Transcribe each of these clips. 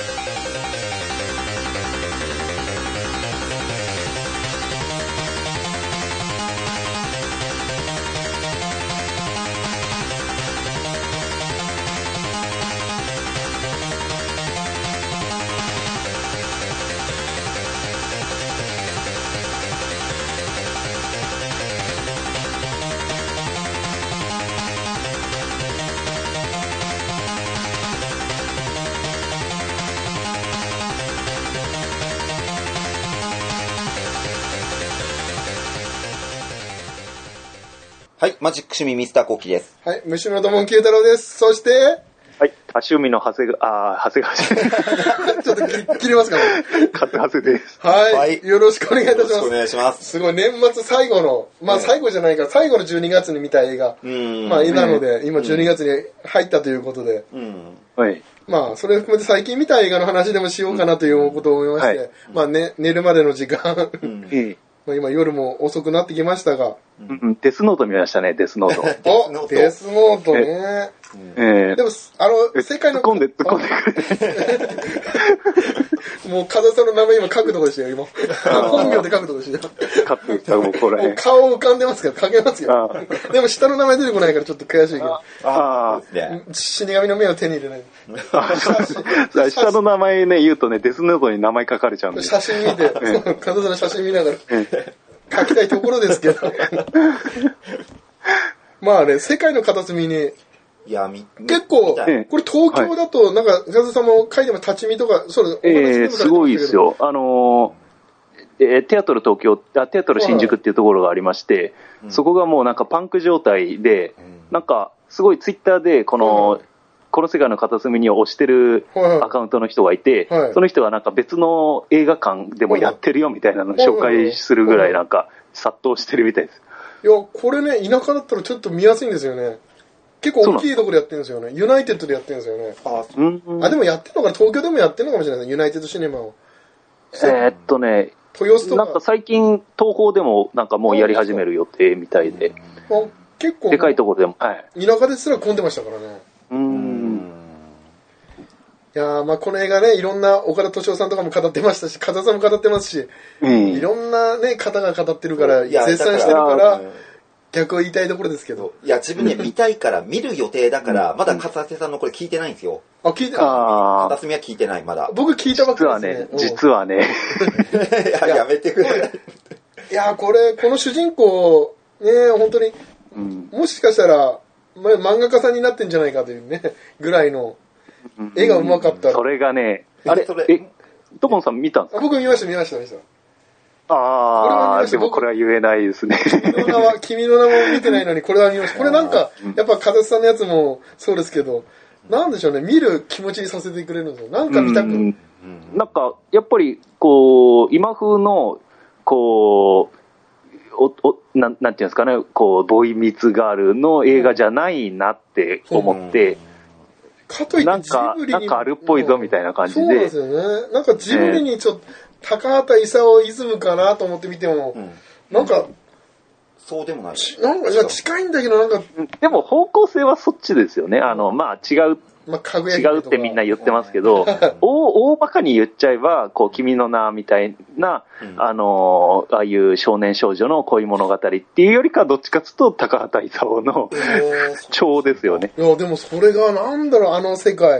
はい、マジック趣味ミスターコッキーです。 はい、虫のどもん九太郎です。そして、 はい、多趣味の長谷川ちょっと切れますかね。 長谷です。 はい、よろしくお願いいたします。 よろしくお願いします。 すごい、年末最後の、まあ最後じゃないから、最後の12月に見た映画。まあ、なので、今12月に入ったということで。 はい。 まあ、それ含めて最近見た映画の話でもしようかなということを思いまして、まあね、寝るまでの時間。まあ今夜も遅くなってきましたが。 デスノート見ましたね、デスノート。 お、デスノートね。でも、世界の。 突っ込んでくれ。 もう、風さんの名前今書くとこでしたよ、今。本名で書くとこでしたよ。 書くとここら辺。 顔浮かんでますから、書けますよ。でも下の名前出てこないからちょっと悔しいけど。死神の目を手に入れない。 下の名前ね、言うとね、デスノートに名前書かれちゃうんで。 写真見て、風さんの写真見ながら、書きたいところですけど。まあね、世界の片隅に、 いや、 結構、これ東京だと、なんか、風さんも書いても立ち見とか、 すごいですよ。テアトル東京、テアトル新宿っていうところがありまして、そこがもうなんかパンク状態で、なんか、すごいツイッターで、この世界の片隅に推してるアカウントの人がいて、その人がなんか別の映画館でもやってるよみたいなのを紹介するぐらいなんか殺到してるみたいです。 いや、これね、田舎だったらちょっと見やすいんですよね。結構大きいところでやってるんですよね。ユナイテッドでやってるんですよね。でもやってるのかな、東京でもやってるのかもしれない。ユナイテッドシネマを。 豊洲とか。なんか最近、東宝でもなんかもうやり始める予定みたいで。 結構。 でかいところでも。 田舎ですら混んでましたからね。いやまあこの映画ね、いろんな岡田斗司夫さんとかも語ってましたし、風さんも語ってますし、いろんなね、方が語ってるから、絶賛してるから、逆を言いたいところですけど。 いや、自分ね、見たいから、見る予定だから、まだ片瀬さんのこれ聞いてないんですよ。 あ、聞いてない。 片隅は聞いてない、まだ。 僕聞いたばっかりですね。 実はね。 いや、やめてくれ。 いや、この主人公、ね、本当に、もしかしたら、漫画家さんになってんじゃないかというね、ぐらいの、絵がうまかった。 それがね、トモンさん見たんですか？ 僕見ました。 でもこれは言えないですね。 君の名も見てないのにこれは見ました。これなんか、やっぱ風さんのやつもそうですけど、なんでしょうね、見る気持ちにさせてくれるんですよ。なんか見たく。 なんか、やっぱり、こう、今風の、こう、なんていうんですかね、こう、ボーイミーツガールの映画じゃないなって思って、 かといってジブリになんかあるっぽいぞみたいな感じで。そうですよね。なんかジブリにちょっと、高畑勲イズムかなと思って見ても、なんか、 そうでもない。 なんか、いや、近いんだけど、なんか。 でも方向性はそっちですよね。まあ違う。違うってみんな言ってますけど、大バカに言っちゃえば、こう、君の名みたいな、ああいう少年少女の恋物語っていうよりか、どっちかっていうと、高畑勲の調ですよね。 いや、でもそれが、なんだろう、あの世界、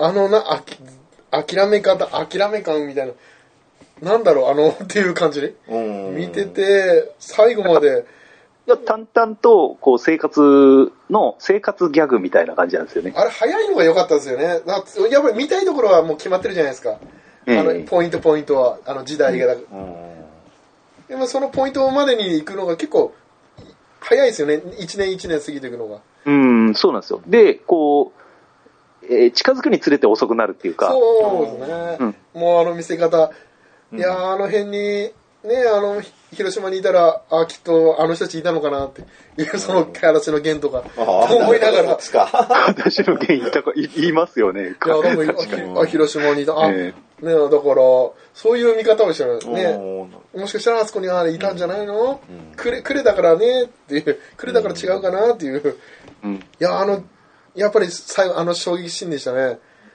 諦め感みたいな、なんだろう、っていう感じで、見てて、最後まで、 淡々と、こう、生活ギャグみたいな感じなんですよね。 あれ、早いのが良かったですよね。やっぱり見たいところはもう決まってるじゃないですか。ポイントは、時代が。でもそのポイントまでに行くのが結構、早いですよね。一年過ぎていくのが。 そうなんですよ。で、こう、近づくにつれて遅くなるっていうか。 そうですね。もう見せ方。いやあの辺に、ね、広島にいたら、きっとあの人たちいたのかなっていう、その形の弦とか、思いながら。 形の弦言いますよね。いや、広島にいた。ね、だから、そういう見方をしてるね。もしかしたらあそこにいたんじゃないの？クレだからねっていう、クレだから違うかなっていう。いや、やっぱり最後、衝撃シーンでしたね。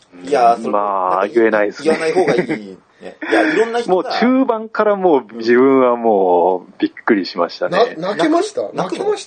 いやそれまあ、言えないですね。 言わない方がいい、ね。いや、いろんな人もうが。 中盤からもう自分はもうびっくりしましたね。 泣けました、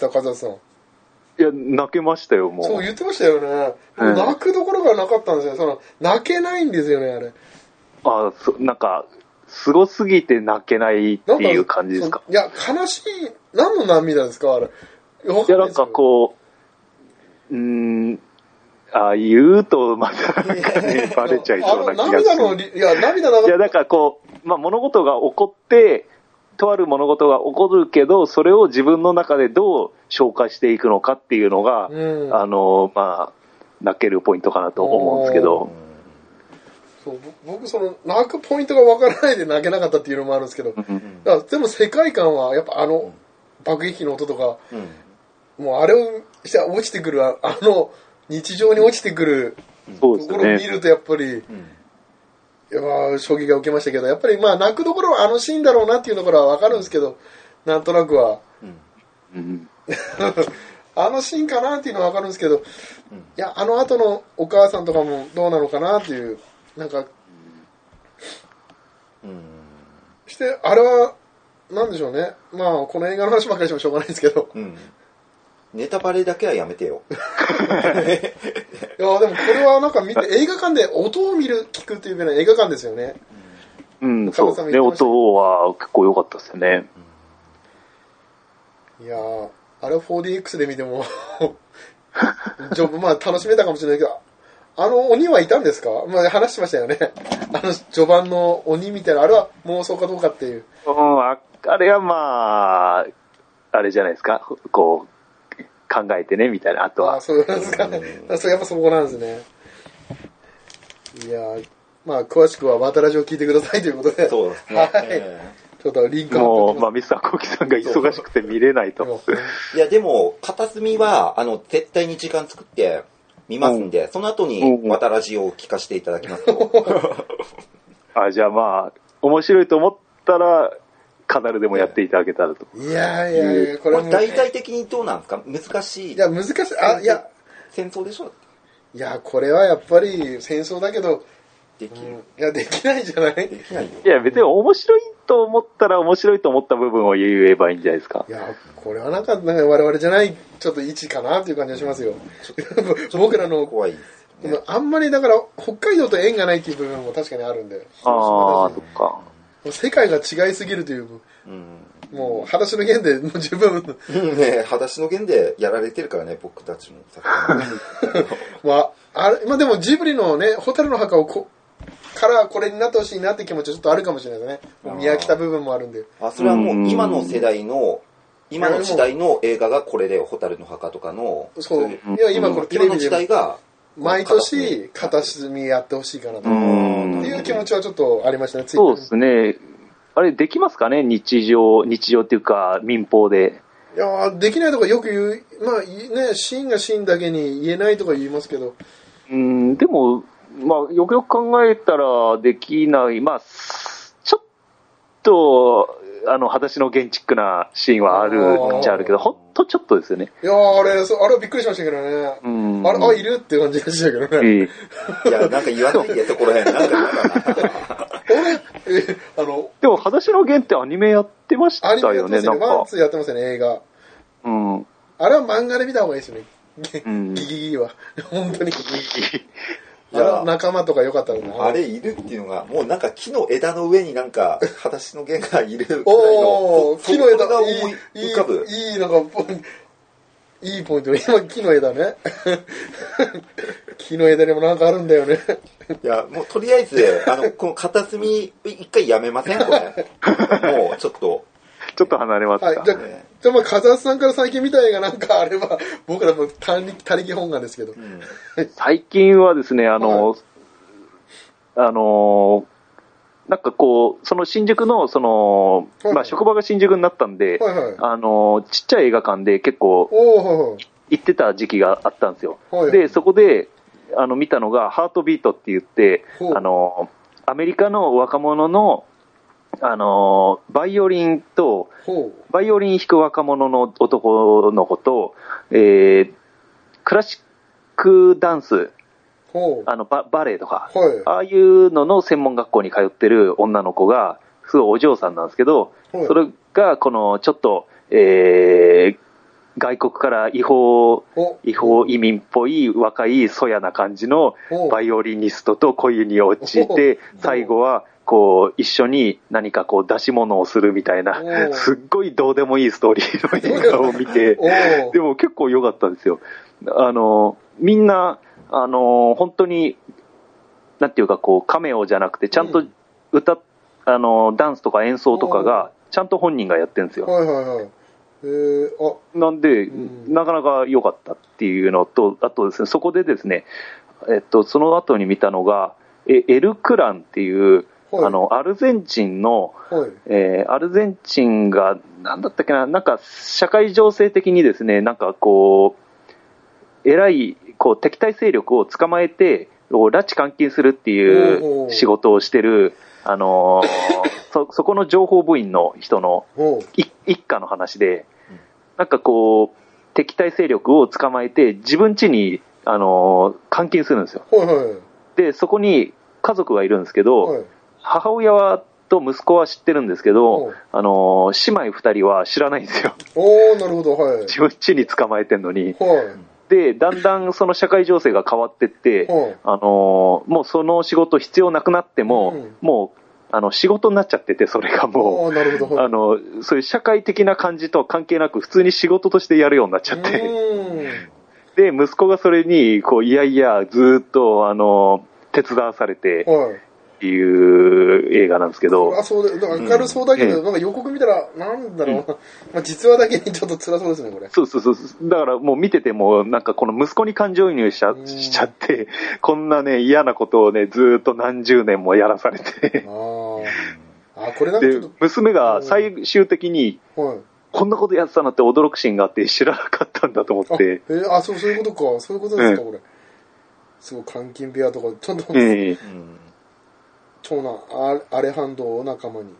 風田さん。 いや、泣けましたよ、もう。 そう言ってましたよね。泣くどころがなかったんですよ。泣けないんですよね、あれ。 なんか、すごすぎて泣けないっていう感じですか。 いや、悲しい、何の涙ですか、あれ。 いや、なんかこう、言うとまたなんかね、バレちゃいそうな気がする。 いや、涙なかった。 いや、なんかこう、まあ物事が起こって、とある物事が起こるけど、それを自分の中でどう消化していくのかっていうのが、まあ、泣けるポイントかなと思うんですけど。 そう僕泣くポイントが分からないで泣けなかったっていうのもあるんですけど、でも世界観はやっぱ爆撃機の音とか、もうあれを落ちてくる日常に落ちてくるところを見るとやっぱり、衝撃が受けましたけど、やっぱりまあ泣くところはシーンだろうなっていうところは分かるんですけど、なんとなくは、シーンかなっていうのは分かるんですけど、いや後のお母さんとかもどうなのかなっていう、なんか、してあれはなんでしょうね、まあこの映画の話ばっかりしてもしょうがないですけど、 ネタバレだけはやめてよ。 いやでもこれはなんか見て、映画館で音を聞くっていうような映画館ですよね。 そうですね、音は結構良かったですよね。 いやあれを 4DX で見てもまあ楽しめたかもしれないけど、鬼はいたんですか？まあ話しましたよね。序盤の鬼みたいな、あれは妄想かどうかっていう。 あれはまあ、あれじゃないですか、こう、考えてね、みたいな、あとは。 そうなんですかね。やっぱそこなんですね。いやまあ詳しくはまたラジオ聞いてくださいということで。 そうですね。 はい。ちょっとリンクもう、まあ、ミスターコウキさんが忙しくて見れないと。 いや、でも、片隅は、絶対に時間作って見ますんで、その後にまたラジオを聞かせていただきますと。 じゃあまあ、面白いと思ったら、カナルでもやっていただけたらと。 いや、これ大体的にどうなんですか？難しい。 いや、難しい。 戦争でしょ？ いや、これはやっぱり戦争だけど、 できる。 いや、できないじゃない？できないよ。 いや、別に面白いと思ったら面白いと思った部分を言えばいいんじゃないですか。 いや、これはなんか我々じゃない、ちょっと位置かなっていう感じがしますよ。僕らの、 怖いですね。 あんまりだから、北海道と縁がないっていう部分も確かにあるんで。 そっか。 世界が違いすぎるという、もう、裸足の弦でもう十分。 ね、裸足の弦でやられてるからね、僕たちも。 まあでもジブリのね、ホタルの墓をからこれになってほしいなって気持ちはちょっとあるかもしれないですね。見飽きた部分もあるんで。 それはもう今の世代の、今の時代の映画がこれで、ホタルの墓とかの。 そう。いや、今これテレビで。 今の時代が、 毎年片隅やってほしいかなとっていう気持ちはちょっとありましたね。 そうですね。あれできますかね、日常っていうか民放で。 いやできないとかよく言う、まあね、シーンがシーンだけに言えないとか言いますけど。 でも、まあよくよく考えたらできない、まあちょっと裸足のゲンチックなシーンはあるっちゃあるけど、ほんとちょっとですよね。 いやあれはびっくりしましたけどね。いるって感じでしたけどね。 いや、なんか言わないで、そこら辺。なんかでも、裸足のゲンってアニメやってましたよね、なんか。 ワンツーやってますよね、映画。あれは漫画で見た方がいいですよね。ギギギは。本当に。仲間とか良かったのあれいるっていうのが、もうなんか木の枝の上になんか、裸足の弦がいるくらいの。 木の枝が思い浮かぶ。 いいポイント。今、木の枝ね。木の枝にもなんかあるんだよね。 いや、もうとりあえず、この片隅、一回やめませんこれ。もう、ちょっと離れますか。 じゃあ、まあ、風間さんから最近見た映画なんかあれば、僕らも他力本願ですけど。 最近はですね、なんかこう、その新宿の、まあ、職場が新宿になったんで、ちっちゃい映画館で結構、行ってた時期があったんですよ。で、そこで、見たのが、ハートビートって言って、アメリカの若者の、バイオリン弾く若者の男の子と、クラシックダンスバレエとか、 はい、 ああいうのの専門学校に通ってる女の子が、すごいお嬢さんなんですけど、はい、それが、この、ちょっと、外国から違法移民っぽい若いそやな感じのバイオリニストと恋に落ちて、最後は、こう、一緒に何かこう出し物をするみたいな、すっごいどうでもいいストーリーの映画を見て、でも結構良かったんですよ。みんな、本当に、なんていうかこう、カメオじゃなくて、ちゃんとダンスとか演奏とかが、ちゃんと本人がやってるんですよ。 はいはいはい。 なんで、なかなか良かったっていうのと、あとですね、そこでですね、その後に見たのが、エルクランっていう、はい、アルゼンチンの、はい、アルゼンチンが、なんだったっけな、なんか社会情勢的にですね、なんかこう、偉い、こう、敵対勢力を捕まえて、拉致監禁するっていう仕事をしてる、そこの情報部員の人の一家の話で、なんかこう、敵対勢力を捕まえて、自分家に、監禁するんですよ。 はいはい、 で、そこに家族がいるんですけど、はい、母親と息子は知ってるんですけど、姉妹二人は知らないんですよ。 なるほど、はい。 自分家に捕まえてんのに。 はい、 で、だんだんその社会情勢が変わってって、はい、もうその仕事必要なくなっても、もう、仕事になっちゃってて、それがもう、 なるほど、 そういう社会的な感じとは関係なく、普通に仕事としてやるようになっちゃって。で、息子がそれに、こう、いやいや、ずっと、手伝わされて、っていう映画なんですけど。 そうで、なんか明るそうだけど、なんか予告見たら、なんだろう、まあ実話だけにちょっと辛そうですね、これ。 そう。だからもう見てても、なんかこの息子に感情移入しちゃって、こんなね、嫌なことをね、ずっと何十年もやらされて。 これなんかちょっと。 で、娘が最終的に、こんなことやってたなって驚くシーンがあって知らなかったんだと思って。 そういうことか。そういうことですか、これ。すごい監禁部屋とか、ちょっと、長男、アレハンドロを仲間に。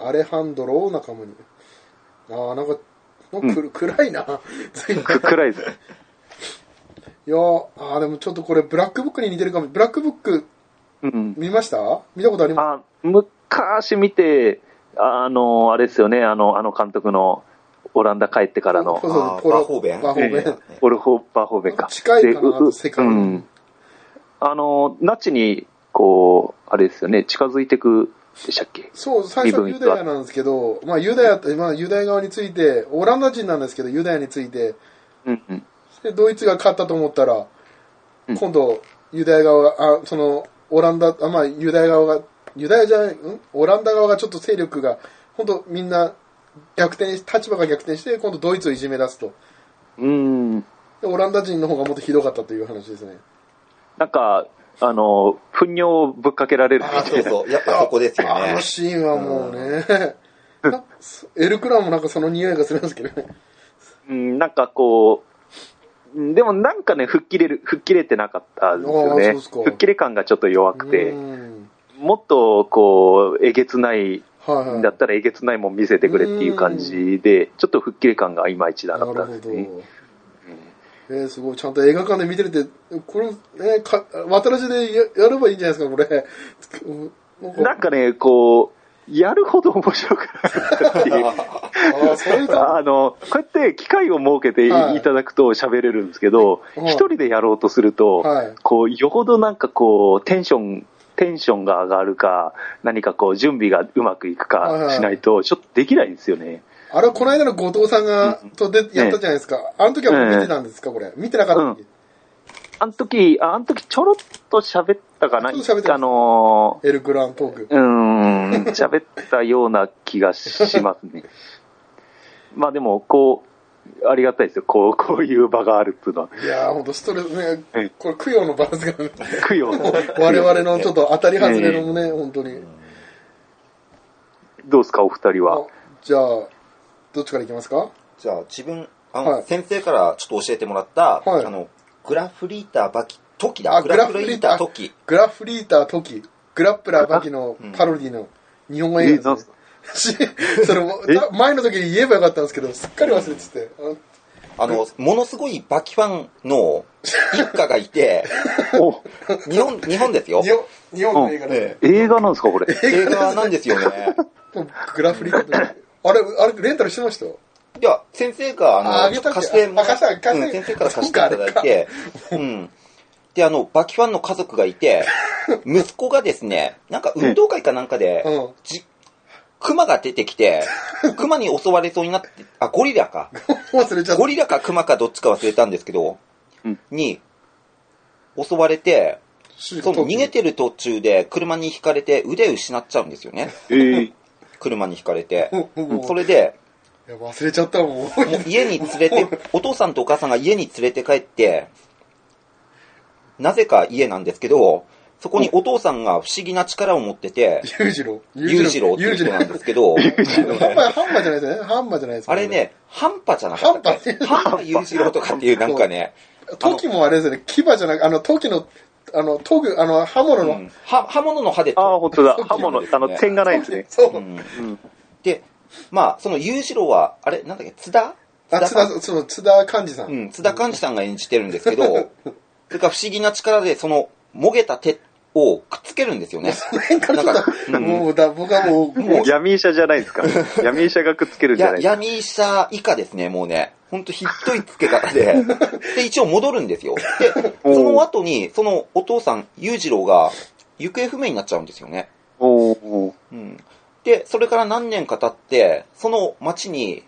なんか、暗いな。 暗いです。 いやでもちょっとこれ、ブラックブックに似てるかも。ブラックブック、見ました？見たことあります？ 昔見て、あれですよね、監督の、オランダ帰ってからの。 バーホーベン。 バーホーベンか。 近いかな、世界に。 ナチに、こう、あれですよね、近づいてくでしたっけ？ そう、最初はユダヤなんですけど、ユダヤ側について、オランダ人なんですけど、ユダヤについて、でドイツが勝ったと思ったら、今度、ユダヤ側が、オランダ、ユダヤ側が、オランダ側がちょっと勢力が、本当みんな、立場が逆転して、今度ドイツをいじめ出すと。でオランダ人の方がもっとひどかったという話ですね。 なんか、糞尿をぶっかけられるみたいな。 そう。やっぱそこですよね。 あのシーンはもうね。エルクランもなんかその匂いがするんですけどね。 なんかこう、でもなんかね、吹っ切れてなかったんですよね。吹っ切れ感がちょっと弱くて、もっとこう、えげつないだったらえげつないもん見せてくれっていう感じで、ちょっと吹っ切れ感がいまいちなかったですね。 すごい、ちゃんと映画館で見てるって、これ、渡らじでやればいいんじゃないですか、これ。 なんかね、こう、やるほど面白くなかったっていう。こうやって機会を設けていただくと喋れるんですけど、一人でやろうとすると、こう、よほどなんかこう、テンションが上がるか、何かこう、準備がうまくいくかしないと、ちょっとできないんですよね。 あれはこの間の後藤さんが、やったじゃないですか。あの時はもう見てたんですか、これ。見てなかったっけ？ あの時ちょろっと喋ったかな。エルクラントーク。 喋ったような気がしますね。まあでも、こう、ありがたいですよ。こういう場があるっていうのは。 いやー、ほんとストレスね。これ、供養の場ですからね。 供養。 我々のちょっと当たり外れのね、本当に。 どうですか、お二人は。 じゃあ、どっちからいきますか？ じゃあ、自分、先生からちょっと教えてもらった、グラフリーターバキ、トキだ。グラフリータートキ。 グラフリータートキ。グラップラーバキのパロディの日本語映画ですね。それも、前の時に言えばよかったんですけど、すっかり忘れてて。 ものすごいバキファンの一家がいて、日本ですよ。 日本の映画で。 映画なんですか、これ。 映画なんですよね。 グラフリックで。あれ、レンタルしてました？ いや、先生が、貸してもらって、先生から貸していただいて、で、バキファンの家族がいて、息子がですね、なんか運動会かなんかで、熊が出てきて、熊に襲われそうになって、ゴリラか。 忘れちゃった。 ゴリラか熊かどっちか忘れたんですけど、に襲われて、その逃げてる途中で車にひかれて腕失っちゃうんですよね。車にひかれて。それで、 いや忘れちゃったもん。 家に連れて、お父さんとお母さんが家に連れて帰って、なぜか家なんですけど、そこにお父さんが不思議な力を持ってて、 裕次郎っていう人なんですけど、 ハンマじゃないですね。ハンマじゃないですあれね、半端じゃなかったっけ？半端裕次郎とかっていうなんかね、 時もあれですね、牙じゃなく、時の、研ぐ、刃物の。 刃物の刃で。 本当だ。刃物、点がないですね。 そう。 で、まあ、その裕次郎は、あれ、なんだっけ、津田寛治さん。 津田寛治さんが演じてるんですけど、それから不思議な力で、その、もげた手をくっつけるんですよね。 なんか、僕はもう、 闇医者じゃないですか。闇医者がくっつけるんじゃないですか。 闇医者以下ですね、もうね。ほんとひっどいつけ方で。で、一応戻るんですよ。で、その後に、そのお父さん、裕次郎が、行方不明になっちゃうんですよね。で、それから何年か経って、その町に、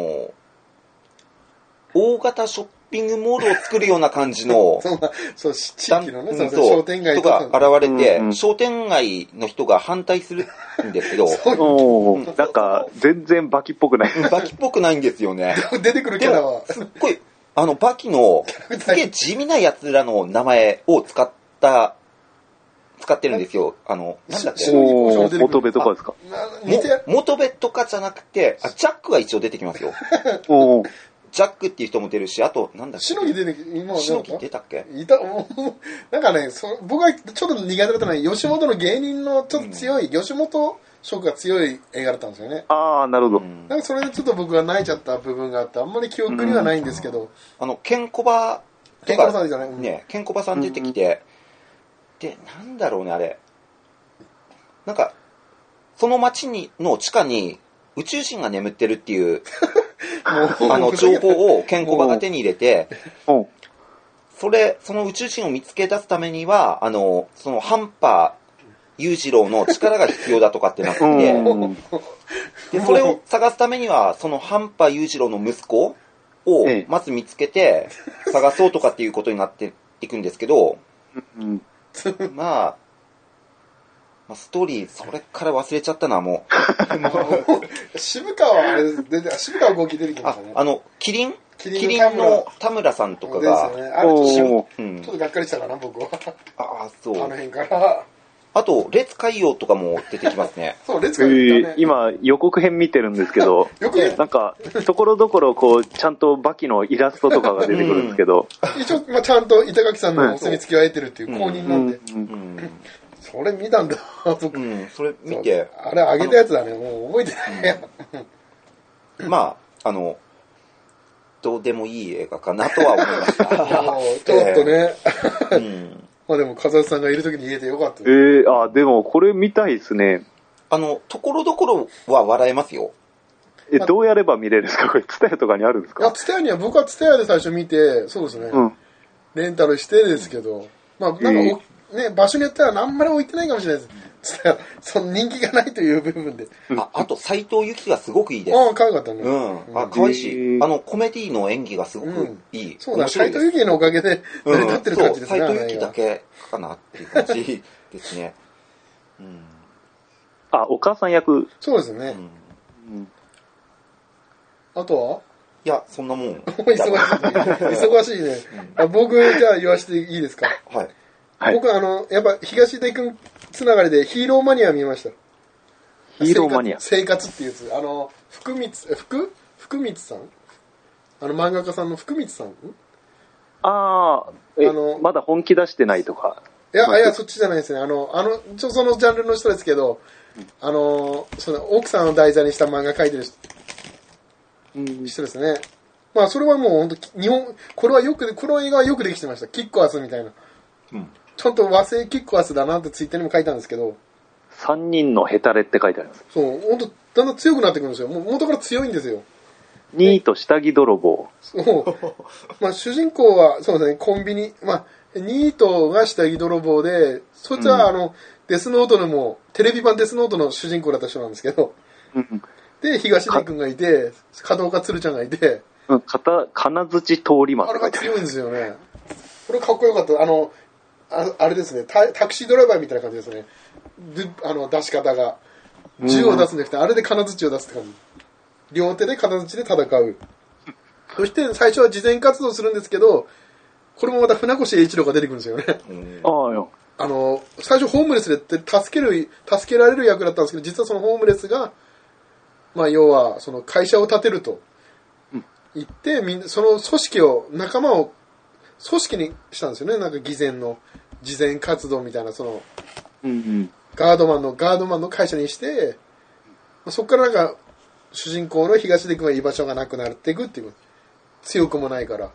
大型ショッピングモールを作るような感じの、 そう地域のね、商店街とか現れて、商店街の人が反対するんですけど、 なんか、全然バキっぽくない。 バキっぽくないんですよね。 出てくるキャラは。 すっごい、バキの、すげえ地味な奴らの名前を使ってるんですよ。なんだっけ。 元部とかですか？ 元部とかじゃなくて、ジャックは一応出てきますよ。ジャックっていう人も出るし、あと、なんだっけ。 しのぎ出て今しのぎ出たっけ？ なんかね、僕がちょっと苦手だったのは、吉本の芸人のちょっと強い、吉本色が強い映画だったんですよね。 なるほど。 なんかそれでちょっと僕が泣いちゃった部分があって、あんまり記憶にはないんですけど。 ケンコバとか、 ケンコバさん出てきて、で、なんだろうね、あれ。なんか、その街の地下に宇宙人が眠ってるっていう、情報をケンコバが手に入れて、その宇宙人を見つけ出すためには、そのハンパ裕次郎の力が必要だとかってなって、で、それを探すためには、そのハンパ裕次郎の息子をまず見つけて、探そうとかっていうことになっていくんですけど、まあ、ストーリー、それから忘れちゃったな、もう。渋川豪輝出てきましたね。 キリンの田村さんとかが、 ちょっとがっかりしたかな、僕は。 そう。 あの辺から。 あと、烈海洋とかも出てきますね。 そう、烈海洋ね。 今、予告編見てるんですけど、なんか、ところどころ、ちゃんとバキのイラストとかが出てくるんですけど。 一応、ちゃんと板垣さんのお墨付きを得てるっていう公認なんで。それ見たんだ、僕。 それ見て。 あれ、あげたやつだね、もう覚えてない。 まあ、どうでもいい映画かなとは思いました。 ちょっとね。まあでも、風間さんがいるときに言えてよかった。 でもこれ見たいですね。 ところどころは笑えますよ。 どうやれば見れるんですか？これ、ツタヤとかにあるんですか？ ツタヤには、僕はツタヤで最初見て、そうですね。レンタルしてですけど、まあ、なんか、ね、場所によってはあんまり置いてないかもしれないです。その人気がないという部分で。 あと、斉藤由貴がすごくいいです。 可愛かったね。 可愛いし、コメディの演技がすごくいい。 そうだ、斉藤由貴のおかげで成り立ってる感じですね。 斉藤由貴だけかなっていう感じですね。 お母さん役。 そうですね。あとはいや、そんなもん。 忙しいね。僕、じゃあ言わせていいですか？ はい。 僕やっぱ東出君つながりでヒーローマニア見ました。 ヒーローマニア生活っていうやつ。福光さん漫画家さんの福光さんまだ本気出してないとか。 いや、そっちじゃないですね。そのジャンルの人ですけど、その奥さんを題材にした漫画描いてる人ですね。 まあそれはもう本当この映画はよくできてました。キックアスみたいな。うん。ちゃんと和製キックアスだなってツイッターにも書いたんですけど。 3人のヘタレって書いてあります。 そう、本当だんだん強くなってくるんですよ。もう元から強いんですよ。 ニート下着泥棒。 そう。まあ主人公は、そうですね、コンビニ、まあ、ニートが下着泥棒で、そいつはデスノートのも、テレビ版デスノートの主人公だった人なんですけど、で、東出君がいて、門岡鶴ちゃんがいて、 金槌通り魔。 あれが強いんですよね。これかっこよかった。あれですね、タクシードライバーみたいな感じですね。出し方が。銃を出すんじゃなくて、あれで金槌を出すって感じ。両手で金槌で戦う。そして最初は慈善活動するんですけど、これもまた船越英一郎が出てくるんですよね。最初ホームレスでって助けられる役だったんですけど、実はそのホームレスが、まあ要はその会社を建てると言って、その仲間を組織にしたんですよね。なんか慈善活動みたいな、その、ガードマンの会社にして、そこからなんか主人公の東出君が居場所がなくなっていくっていう、強くもないから。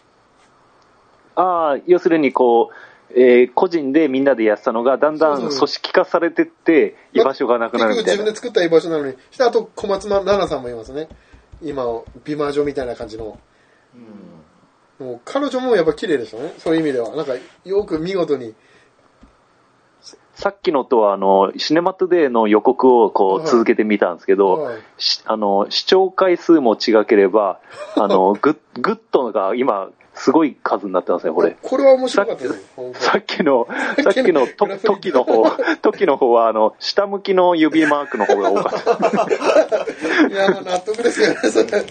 要するにこう、個人でみんなでやってたのがだんだん組織化されてって居場所がなくなるみたいな。 自分で作った居場所なのに。してあと小松菜奈さんもいますね。今美魔女みたいな感じの。もう彼女もやっぱ綺麗でしたね。そういう意味ではなんかよく見事に。 さっきのとはシネマトゥデイの予告をこう続けてみたんですけど、視聴回数も違ければグッドが今すごい数になってますね、これ。 これは面白かったです。 さっきの時の方は下向きの指マークの方が多かった。 いや、まあ納得ですよね、それ。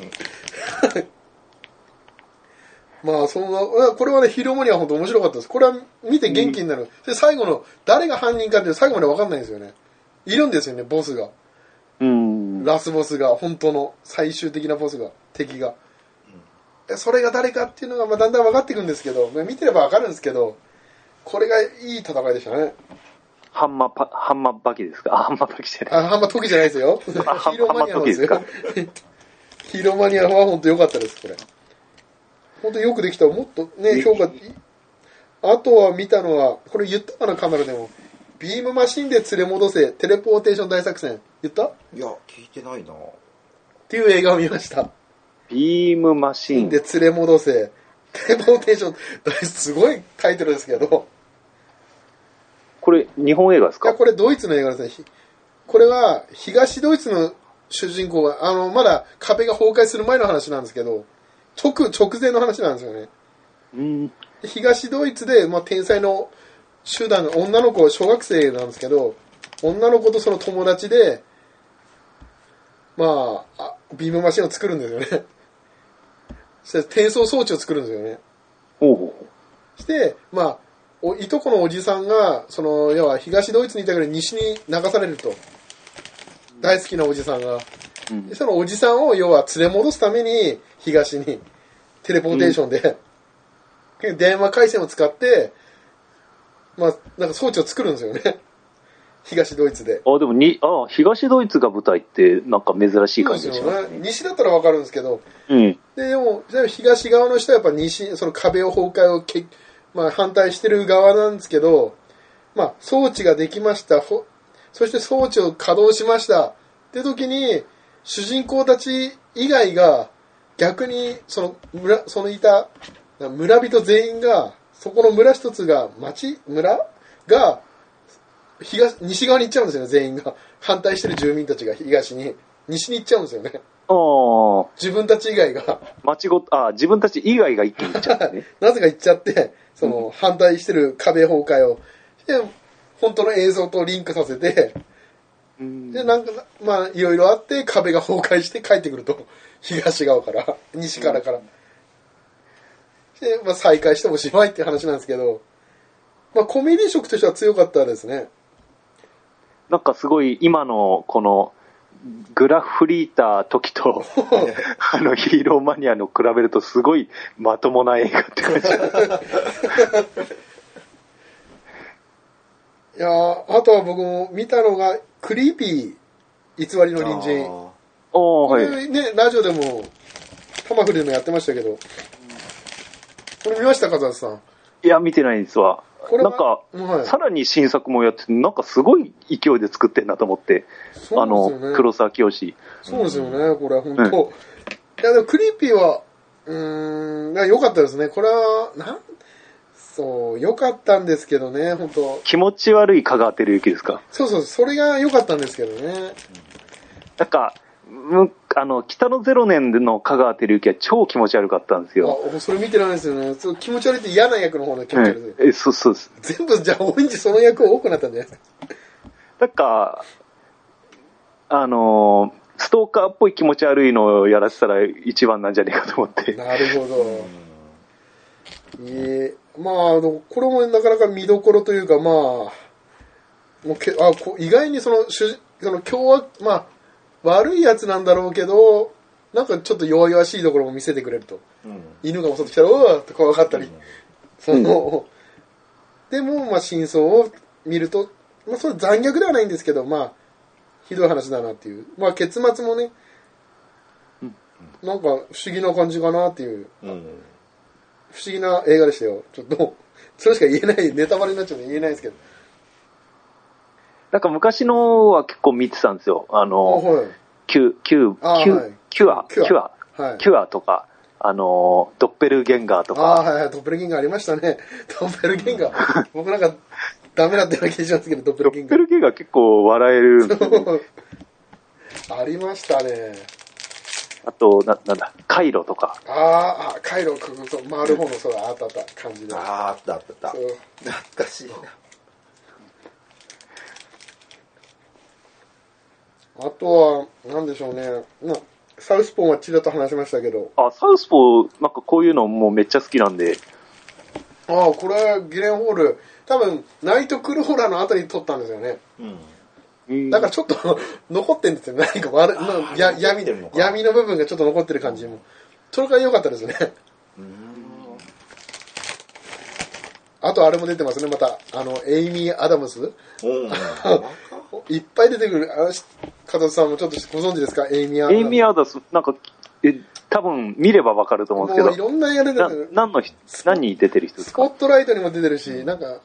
まあこれはね、ヒロモニは本当面白かったです。これは見て元気になる。で最後の誰が犯人かって最後まで分かんないんですよね。いるんですよね、ボスが。ラスボスが、本当の最終的なボスが、敵が。それが誰かっていうのがまあだんだん分かってくるんですけど、見てれば分かるんですけど、これがいい戦いでしたね。 ハンマバキですか？ハンマバキじゃない。 ハンマトキじゃないですよ。ヒーローマニアなんですよ。ヒーローマニアは本当良かったです、これ。本当よくできた。もっとね、評価。あとは見たのは、これ言ったかな、カメラでも。ビームマシンで連れ戻せ、テレポーテーション大作戦。言った？ いや、聞いてないな。 っていう映画を見ました。 ビームマシンで連れ戻せ、テレポーテーション、すごいタイトルですけど。 これ、日本映画ですか？ いや、これドイツの映画ですね。これは、東ドイツの主人公が、まだ壁が崩壊する前の話なんですけど、直前の話なんですよね。東ドイツで、まあ、天才の集団が、女の子、小学生なんですけど、女の子とその友達で、まあ、ビームマシンを作るんですよね。そして転送装置を作るんですよね。して、まあ、いとこのおじさんが、要は東ドイツにいたから西に流されると。大好きなおじさんが。でそのおじさんを要は連れ戻すために東にテレポーテーションで、電話回線を使ってまあなんか装置を作るんですよね。東ドイツで。 でも東ドイツが舞台ってなんか珍しい感じですよね。西だったらわかるんですけど、でも東側の人はやっぱその壁を崩壊をまあ、反対してる側なんですけど、まあ装置ができました。そして装置を稼働しましたって時に主人公たち以外が逆にそのいた村人全員がそこの村一つが村が西側に行っちゃうんですよね。全員が反対してる住民たちが西に行っちゃうんですよね。自分たち以外が自分たち以外が一気に行っちゃってね。 なぜか行っちゃって反対してる壁崩壊をして本当の映像とリンクさせて。でなんかまあいろいろあって壁が崩壊して帰ってくると東側から西からで、まあ、再開しておしまいっていう話なんですけど、まあ、コメディ色としては強かったですね。 なんかすごい今のこのグラフリータ時とヒーローマニアの比べるとすごいまともな映画って感じ。 いやあとは僕も見たのがクリーピー偽りの隣人。これね、ラジオでもタマフルでもやってましたけど。これ見ました、カズさん。 いや、見てないんですわ。 これはなんか、 はい、 さらに新作もやってて、なんかすごい勢いで作ってんなと思って、 そうですよね、 黒沢清。 そうですよね、これ、本当、いや、でもクリーピーは、良かったですね。これは、そう、良かったんですけどね、本当。 気持ち悪い香川照之ですか？ そうそう、それが良かったんですけどね。 なんか、北の0年の香川照之は超気持ち悪かったんですよ。 あ、それ見てないですよね。そう、気持ち悪いって嫌な役の方の気持ち悪いです。 そうです。 全部、じゃあ、オレンジその役多くなったんじゃないですか。 なんか、ストーカーっぽい気持ち悪いのをやらせたら一番なんじゃねえかと思って。 なるほど。まあ、これもなかなか見どころというか、まあ、意外にその今日は、まあ、悪いやつなんだろうけど、なんかちょっと弱々しいところも見せてくれると。犬が襲ってきたら、うわーって怖かったり。でも、まあ、真相を見ると、まあ、それ残虐ではないんですけど、まあ、ひどい話だなっていう。まあ、結末もね、なんか不思議な感じかなっていう。不思議な映画でしたよ。ちょっと、それしか言えない、ネタバレになっちゃうんで言えないですけど。 なんか昔のは結構見てたんですよ。キュアとか、ドッペルゲンガーとか。 ドッペルゲンガーありましたね。ドッペルゲンガー。僕なんかダメだったような気がしますけど、ドッペルゲンガー。 ドッペルゲンガー結構笑えるんですよね。 ありましたね。 あと、なんだ、カイロとか。 カイロ、回る方のそうだ、あった感じで。 あった。懐かしいな。 あとは、なんでしょうね。サウスポーはちらっと話しましたけど。 サウスポー、なんかこういうのもうめっちゃ好きなんで。 これ、ギレンホール、多分、ナイトクローラーの後に撮ったんですよね。だからちょっと残ってるんですよ。何か闇の部分がちょっと残ってる感じも。それから良かったですね。あとあれも出てますね、また。エイミー・アダムス。いっぱい出てくる。加藤さんもちょっとご存知ですか？エイミー・アダムス。 エイミー・アダムス、なんか、多分見ればわかると思うんですけど。 もういろんな映画出てる。 何に出てる人ですか？ スポットライトにも出てるし、なんか、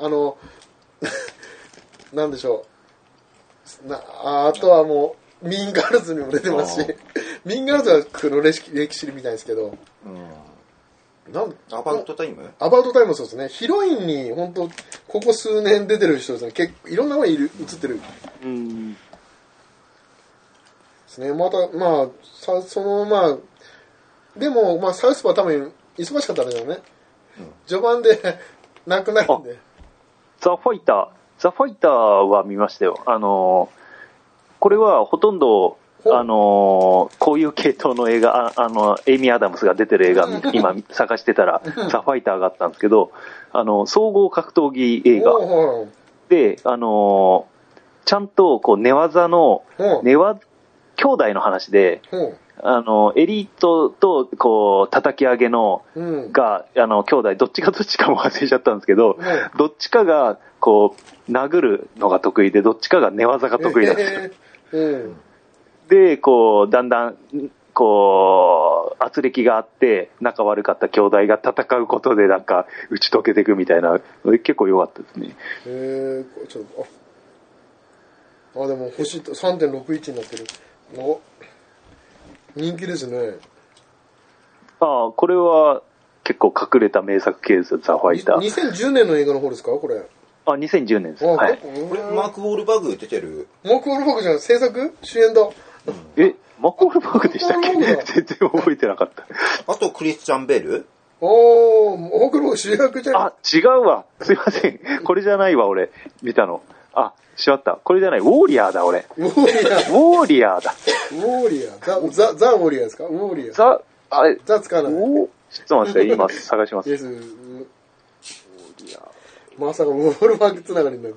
なんでしょう。あとはもう、ミーンガールズにも出てますし、ミーンガールズは黒歴史みたいですけど、 アバウトタイム？ アバウトタイムもそうですね。ヒロインに、本当ここ数年出てる人ですね。結構、いろんなのが映ってる。ですね。また、まあ、でも、まあ、サウスポーは多分、忙しかったんだよね。序盤で、なくなるんで。 ザ・ファイターは見ましたよ。これはほとんど、こういう系統の映画、エイミー・アダムスが出てる映画、今探してたら、ザ・ファイターがあったんですけど、総合格闘技映画で、ちゃんと、こう、兄弟の話で、エリートと、こう、叩き上げの、が、兄弟、どっちかも忘れちゃったんですけど、どっちかが、こう、殴るのが得意で、どっちかが寝技が得意なんですよ。で、こう、だんだん、こう、圧力があって、仲悪かった兄弟が戦うことで、なんか、打ち解けていくみたいな、結構良かったですね。 ちょっと、でも、星 3.61 になってる。人気ですね。 これは、結構隠れた名作系ですよ、ザ・ファイター。 2010年の映画の方ですか、これ。 2010年です。はい。 これ、マーク・ウォールバーグ出てる。 マーク・ウォールバーグじゃん、制作主演だ。 マーク・ウォールバーグでしたっけ？全然覚えてなかった。 あと、クリスチャン・ベル？ マーク・ウォールバーグ主役じゃん。 違うわ。すいません。これじゃないわ、俺。見たの。しまった。これじゃない。ウォーリアーだ、俺。 ウォーリアー。ザ・ウォーリアーですか？ウォーリアー。ザ使わない。 ちょっと待って、今探します。 まさかウォールバーグつながりになる。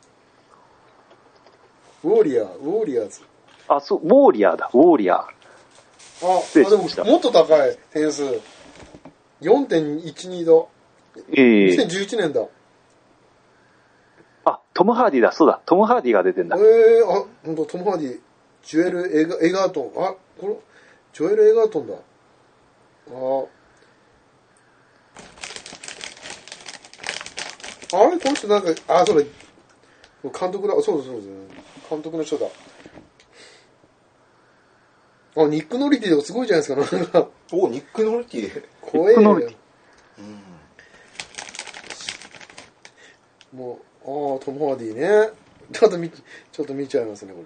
ウォーリアーズ。 そう、ウォーリアーだ、ウォーリアー。 でも、もっと高い点数。4.12 度。2011年だ。 トム・ハーディだ、そうだ、トム・ハーディが出てんだ。 ほんと、トム・ハーディ、ジョエル・エガートン。これ、ジョエル・エガートンだ。 あれこの人なんか、そうだ。監督だ。そうですね。監督の人だ。ニック・ノリティとかすごいじゃないですか。なんかニック・ノリティ。 怖えよ。もう、トム・ハーディね。ちょっと見ちゃいますね、こ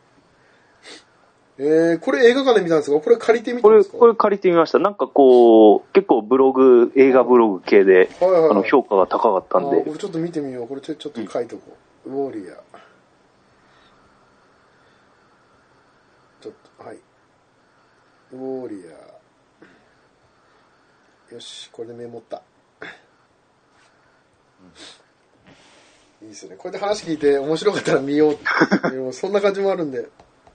れ。これ映画館で見たんですか？これ借りてみたんですか？ これ借りてみました。なんかこう、結構映画ブログ系で、評価が高かったんで。 これちょっと見てみよう。これちょっと書いとこう。ウォーリアー。ちょっと、はい。ウォーリアー。よし、これでメモった。いいですよね。こうやって話聞いて面白かったら見ようって。そんな感じもあるんで。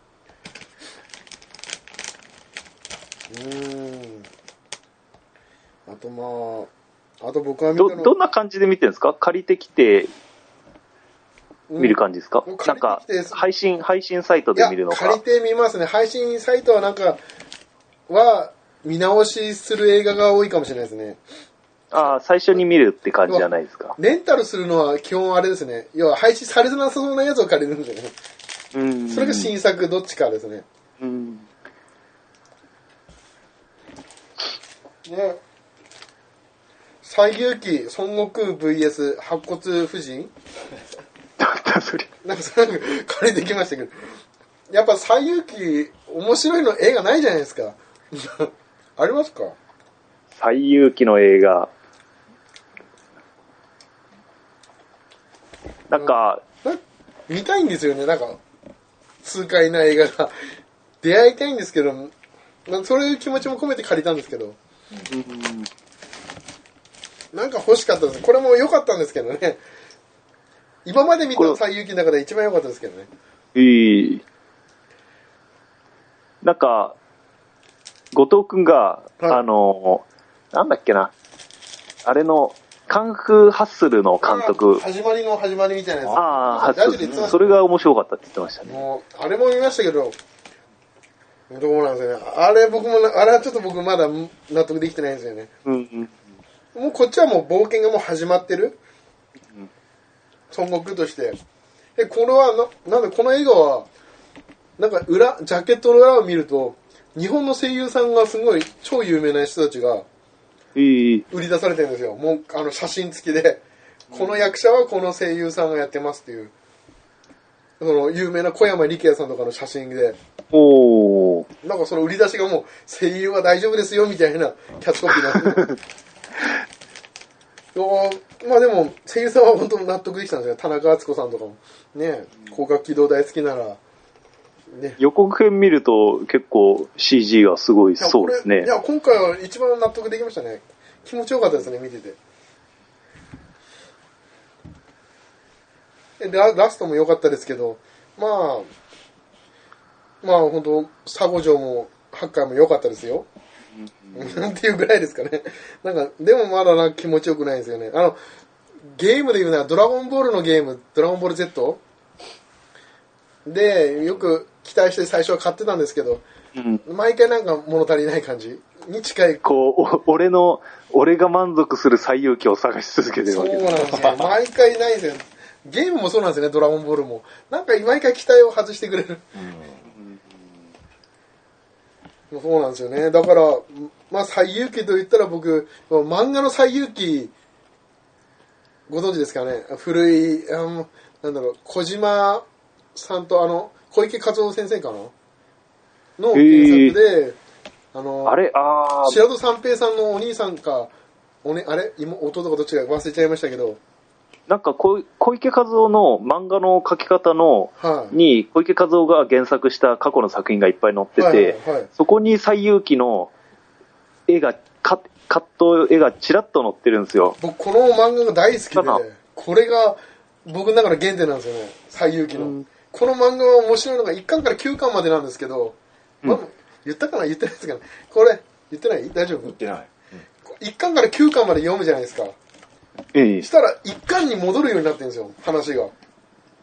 あと僕は見たのどんな感じで見てるんですか？借りてきて見る感じですか？なんか配信サイトで見るのか。 借りてみますね。配信サイトはなんか見直しする映画が多いかもしれないですね。 最初に見るって感じじゃないですか。 レンタルするのは基本あれですね。要は配信されてなさそうなやつを借りるんですよね。それが新作どっちかですね。ね。西遊記孫悟空 VS 白骨夫人なんか借りてきましたけど、やっぱ西遊記面白いの映画ないじゃないですか。ありますか？ 西遊記の映画なんか見たいんですよね。なんか痛快な映画が出会いたいんですけど、そういう気持ちも込めて借りたんですけど、なんか欲しかったです。これも良かったんですけどね。今まで見た西遊記の中で一番良かったですけどね。 なんか後藤くんが、なんだっけな、あれのカンフーハッスルの監督、 始まりみたいなやつ。 ハッスル、それが面白かったって言ってましたね。 もうあれも見ましたけど、どうなんですよね。あれはちょっと僕まだ納得できてないんですよね。もうこっちはもう冒険がもう始まってる。孫悟空として。これはなんでこの映画はなんかジャケットの裏を見ると日本の声優さんがすごい超有名な人たちが売り出されてるんですよ。もう写真付きで、この役者はこの声優さんがやってますっていう、その有名な小山力也さんとかの写真で、なんかその売り出しがもう声優は大丈夫ですよみたいなキャッチコピーになってる。まあでも声優さんは本当に納得できたんですよ。田中敦子さんとかもね、広角機動大好きなら。ね、 予告編見ると結構 CG がすごいそうですね。 今回は一番納得できましたね。気持ちよかったですね、見てて。ラストも良かったですけど、まあ本当佐護城も8回も良かったですよ。っていうぐらいですかね。なんかでもまだ気持ちよくないですよね。ゲームで言うのはドラゴンボールのゲーム、ドラゴンボール Z でよく期待して最初は買ってたんですけど、毎回なんか物足りない感じに近い。 俺が満足する西遊記を探し続けてるわけです。 そうなんですよ。毎回ないんですよ。ゲームもそうなんですよね、ドラゴンボールも。なんか毎回期待を外してくれる。そうなんですよね。だから、西遊記と言ったら僕、漫画の西遊記、ご存知ですかね。古い、小島さんと小池和夫先生かなの原作で、白戸三平さんのお兄さんか、弟かどっちか忘れちゃいましたけど、 なんか小池和夫の漫画の描き方に小池和夫が原作した過去の作品がいっぱい載ってて、そこに西遊記の絵がカット絵がちらっと載ってるんですよ。 僕この漫画が大好きで、これが僕の中の原点なんですよね、西遊記の。この漫画は面白いのが1巻から9巻までなんですけど、言ったかな言ってないですかね。これ言ってない？大丈夫？ 言ってない。 1巻から9巻まで読むじゃないですか。したら1巻に戻るようになってるんですよ、話が。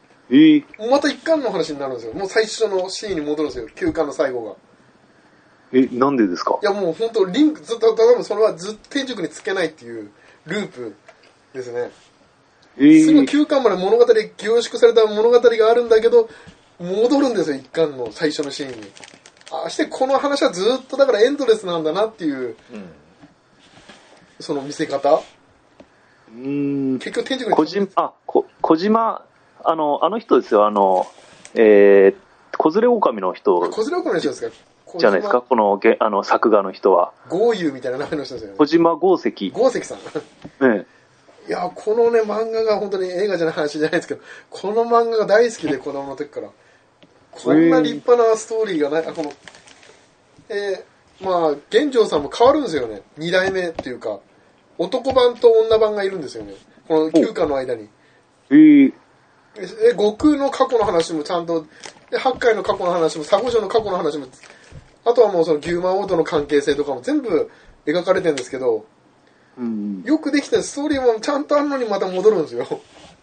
また1巻の話になるんですよ。もう最初のシーンに戻るんですよ、9巻の最後が。 なんでですか？ いやもう本当リンクずっと多分それはずっと天竺につけないっていうループですね。すぐ9巻まで物語凝縮された物語があるんだけど戻るんですよ、1巻の最初のシーンに。してこの話はずっとだからエンドレスなんだなっていう、その見せ方。結局天竺に小島あの人ですよ、子連れ狼の人。 子連れ狼の人ですか？ じゃないですか、この作画の人は。 豪遊みたいな名前の人ですよね。 小島豪石。 豪石さん。いや、このね、漫画が本当に映画じゃない話じゃないですけど、この漫画が大好きで、子供の時から。こんな立派なストーリーがない、まあ、玄丈さんも変わるんですよね。2代目っていうか、男版と女版がいるんですよね。この9巻の間に。悟空の過去の話もちゃんと、八海の過去の話も、佐護城の過去の話も、あとはもうその牛魔王との関係性とかも全部描かれてるんですけど、よくできてストーリーもちゃんとあるのにまた戻るんですよ。 ち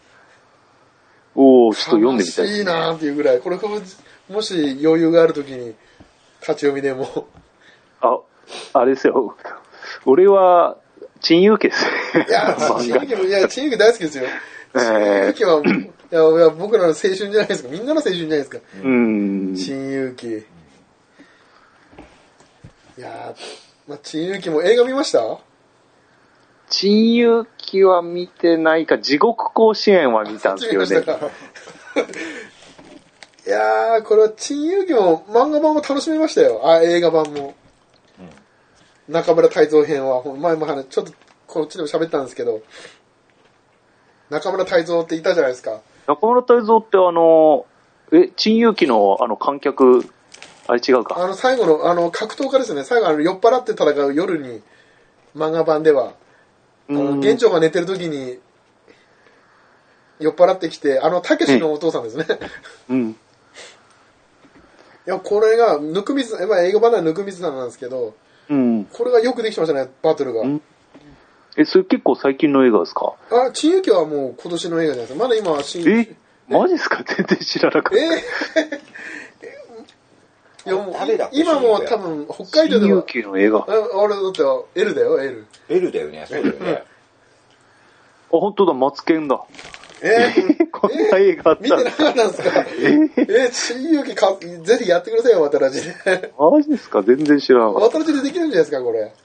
ょっと読んでみたい。 いいなーっていうぐらい、これもし余裕があるときに立ち読みでも。 あれですよ。俺は珍遊記です。 いや、珍遊記大好きですよ。珍遊記は、いや僕らの青春じゃないですか。みんなの青春じゃないですか。珍遊記。いやー、珍遊記も映画見ました？ 珍遊記は見てないか、地獄甲子園は見たんですよね。 いやー、これは珍遊記も漫画版も楽しみましたよ。映画版も。中村泰造編は、前もちょっとこっちでも喋ったんですけど、中村泰造っていたじゃないですか。 中村泰造って珍遊記の観客、あれ違うか。 最後の格闘家ですね。最後酔っ払って戦う夜に、漫画版では、玄長が寝てる時に酔っ払ってきて、たけしのお父さんですね。いや、これが温水、映画版では温水さんなんですけど、これがよくできてましたね、バトルが。 それ結構最近の映画ですか？ 珍遊記はもう今年の映画じゃないですか。まだ今はマジですか？全然知らなかった。 いやもう今もう多分北海道では。 珍遊記の映画。 俺だって L だよ、L。 L だよね、そうだよね。 本当だ、マツケンだ。こんな映画あった。 見てなかったんですか？珍遊記ぜひやってくださいよ、渡らじで。 マジですか？全然知らなかった。 渡らじでできるんじゃないですか、これ。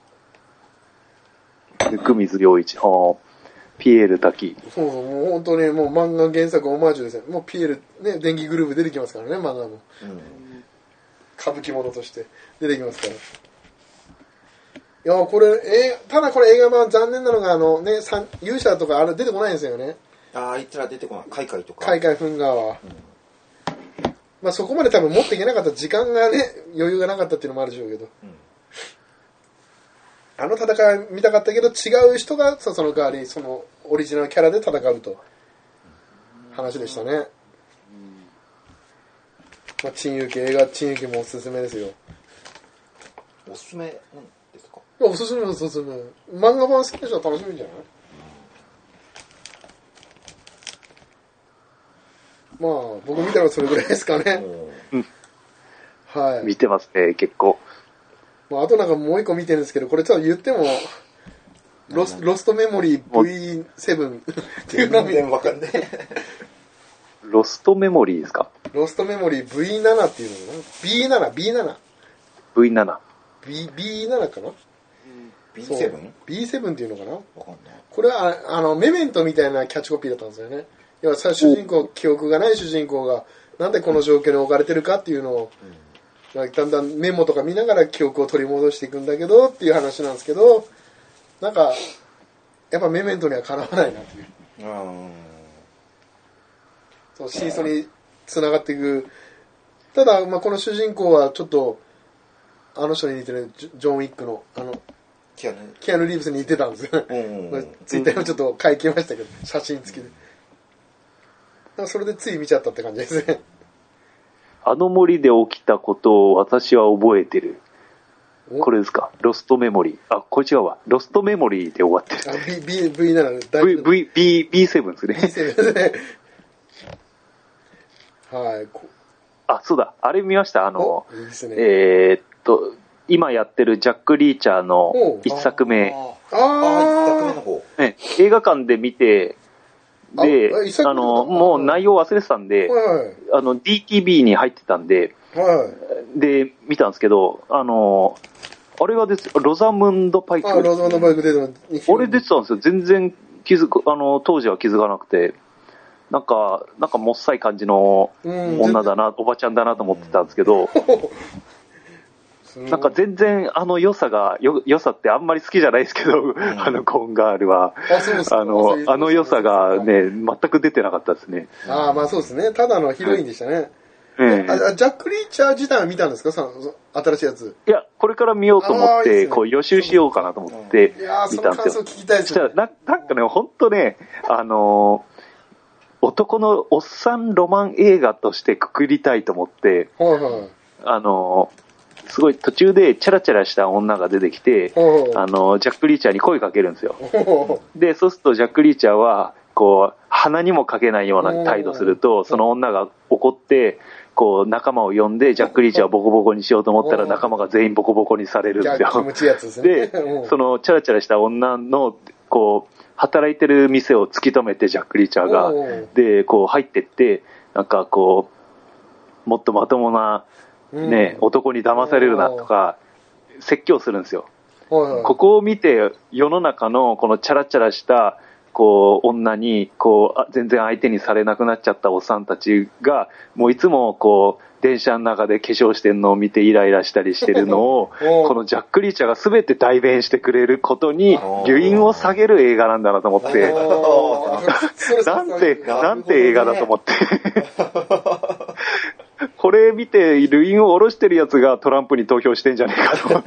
温水洋一、ピエール滝。 そう、もう本当にもう漫画原作オマージュですね。もうピエール、ね、電気グループ出てきますからね、漫画も。歌舞伎者として出てきますから。いや、これ、ただこれ映画版残念なのが、勇者とか出てこないんですよね。 あいつら出てこない。カイカイとか。 カイカイフンガーは。そこまで多分持っていけなかった時間がね、余裕がなかったっていうのもあるでしょうけど。戦い見たかったけど、違う人がその代わり、そのオリジナルキャラで戦うと。話でしたね。珍遊記、映画珍遊記もおすすめですよ。 おすすめなんですか？ おすすめ、おすすめ。漫画版好きな人は楽しみんじゃない？僕見たらそれぐらいですかね。はい。 見てますね、結構。 あともう一個見てるんですけど、これちょっと言っても、ロストメモリー V7 っていうのもわかんない。 ロストメモリーですか？ ロストメモリー V7 っていうのかな？ B7。B7 かな？ B7？B7 っていうのかな？ わかんない。これは、メメントみたいなキャッチコピーだったんですよね。要は主人公、記憶がない主人公が、なんでこの状況に置かれてるかっていうのを、だんだんメモとか見ながら記憶を取り戻していくんだけどっていう話なんですけど、やっぱメメントにはかなわないなっていう。そう、真相に繋がっていく。ただ、この主人公はちょっと、あの人に似てる、ジョン・ウィックの、キアヌ・リーブスに似てたんですよ。ツイッターにちょっと書きましたけど、写真付きで。それでつい見ちゃったって感じですね。 あの森で起きたことを私は覚えてる。これですか？ロストメモリー。これ違うわ。ロストメモリーで終わってる。 V7 B7 ですね。 B7 ですね。はい。 そうだ。あれ見ました？ いいですね。 今やってるジャック・リーチャーの一作目。 一作目の方。 ね、映画館で見て、で、もう内容忘れてたんで、DTV に入ってたんで、で、見たんですけど、あれがロザムンド・パイク。 ロザムンド・パイク出てる。 俺出てたんですよ。全然当時は気づかなくて、なんかもっさい感じの女だな、おばちゃんだなと思ってたんですけど、なんか全然良さってあんまり好きじゃないですけど、ゴーンガールは。良さがね、全く出てなかったですね。 まあそうですね。ただのヒロインでしたね。ジャック・リーチャー自体は見たんですか、新しいやつ。 いや、これから見ようと思って、こう予習しようかなと思って見たんですよ。 その感想聞きたいですね。 なんかね、ほんとね、男のおっさんロマン映画としてくくりたいと思って、すごい途中でチャラチャラした女が出てきて、ジャック・リーチャーに声かけるんですよ。で、そうするとジャック・リーチャーは、こう、鼻にもかけないような態度すると、その女が怒って、こう、仲間を呼んで、ジャック・リーチャーをボコボコにしようと思ったら、仲間が全員ボコボコにされるんですよ。で、そのチャラチャラした女の、こう、働いてる店を突き止めて、ジャック・リーチャーが、で、こう入ってって、なんかこう、もっとまともな、ね、男に騙されるなとか、説教するんですよ。ここを見て、世の中のこのチャラチャラした、こう、女に、こう、全然相手にされなくなっちゃったおっさんたちが、もういつもこう、電車の中で化粧してんのを見てイライラしたりしてるのを、このジャック・リーチャーが全て代弁してくれることに、留飲を下げる映画なんだなと思って、なんて映画だと思って。これ見て、留飲を下ろしてるやつがトランプに投票してんじゃねえかと思って。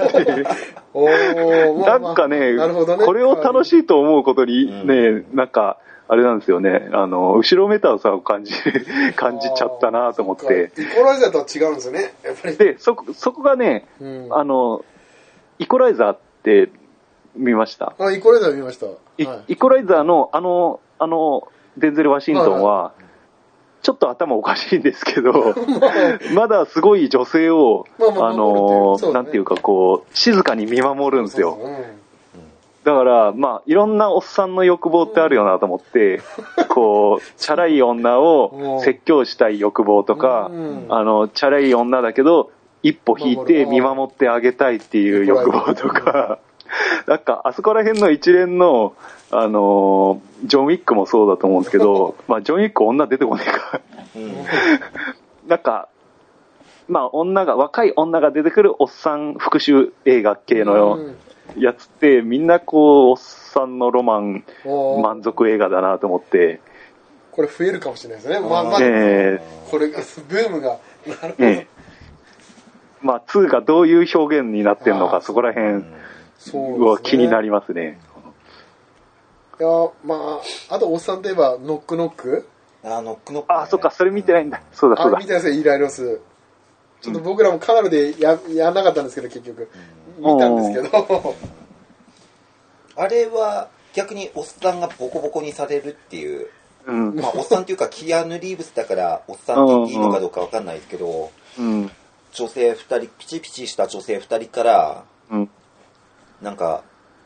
なんかね、これを楽しいと思うことにね、なんか、あれなんですよね、後ろめたさを感じちゃったなと思って。 イコライザーとは違うんですよね、やっぱり。 で、そこがね、イコライザーって見ました？ イコライザー見ました。 イコライザーのデンゼル・ワシントンは、ちょっと頭おかしいんですけど、まだすごい女性を、なんていうかこう、静かに見守るんですよ。だから、まあ、いろんなおっさんの欲望ってあるよなと思って、こう、チャラい女を説教したい欲望とか、チャラい女だけど、一歩引いて見守ってあげたいっていう欲望とか、なんか、あそこら辺の一連の、ジョン・ウィックもそうだと思うんですけど、まあ、ジョン・ウィック女出てこねえか。なんか、まあ、若い女が出てくるおっさん復讐映画系のやつって、みんなこう、おっさんのロマン、満足映画だなと思って。 これ増えるかもしれないですね。これが、ブームが。なるほど。 まあ、2がどういう表現になってるのか、そこら辺は気になりますね。 いや、まあ、あとおっさんといえば、ノックノック？ ノックノック、ね。 そっか、それ見てないんだ。そうだ。 見てないですよ、イライロス。ちょっと僕らもカナルでやんなかったんですけど、結局。見たんですけど。 あれは、逆におっさんがボコボコにされるっていう。まあ、おっさんっていうか、キアヌ・リーブスだから、おっさんって言っていいのかどうかわかんないですけど、女性2人、ピチピチした女性2人から、なんか、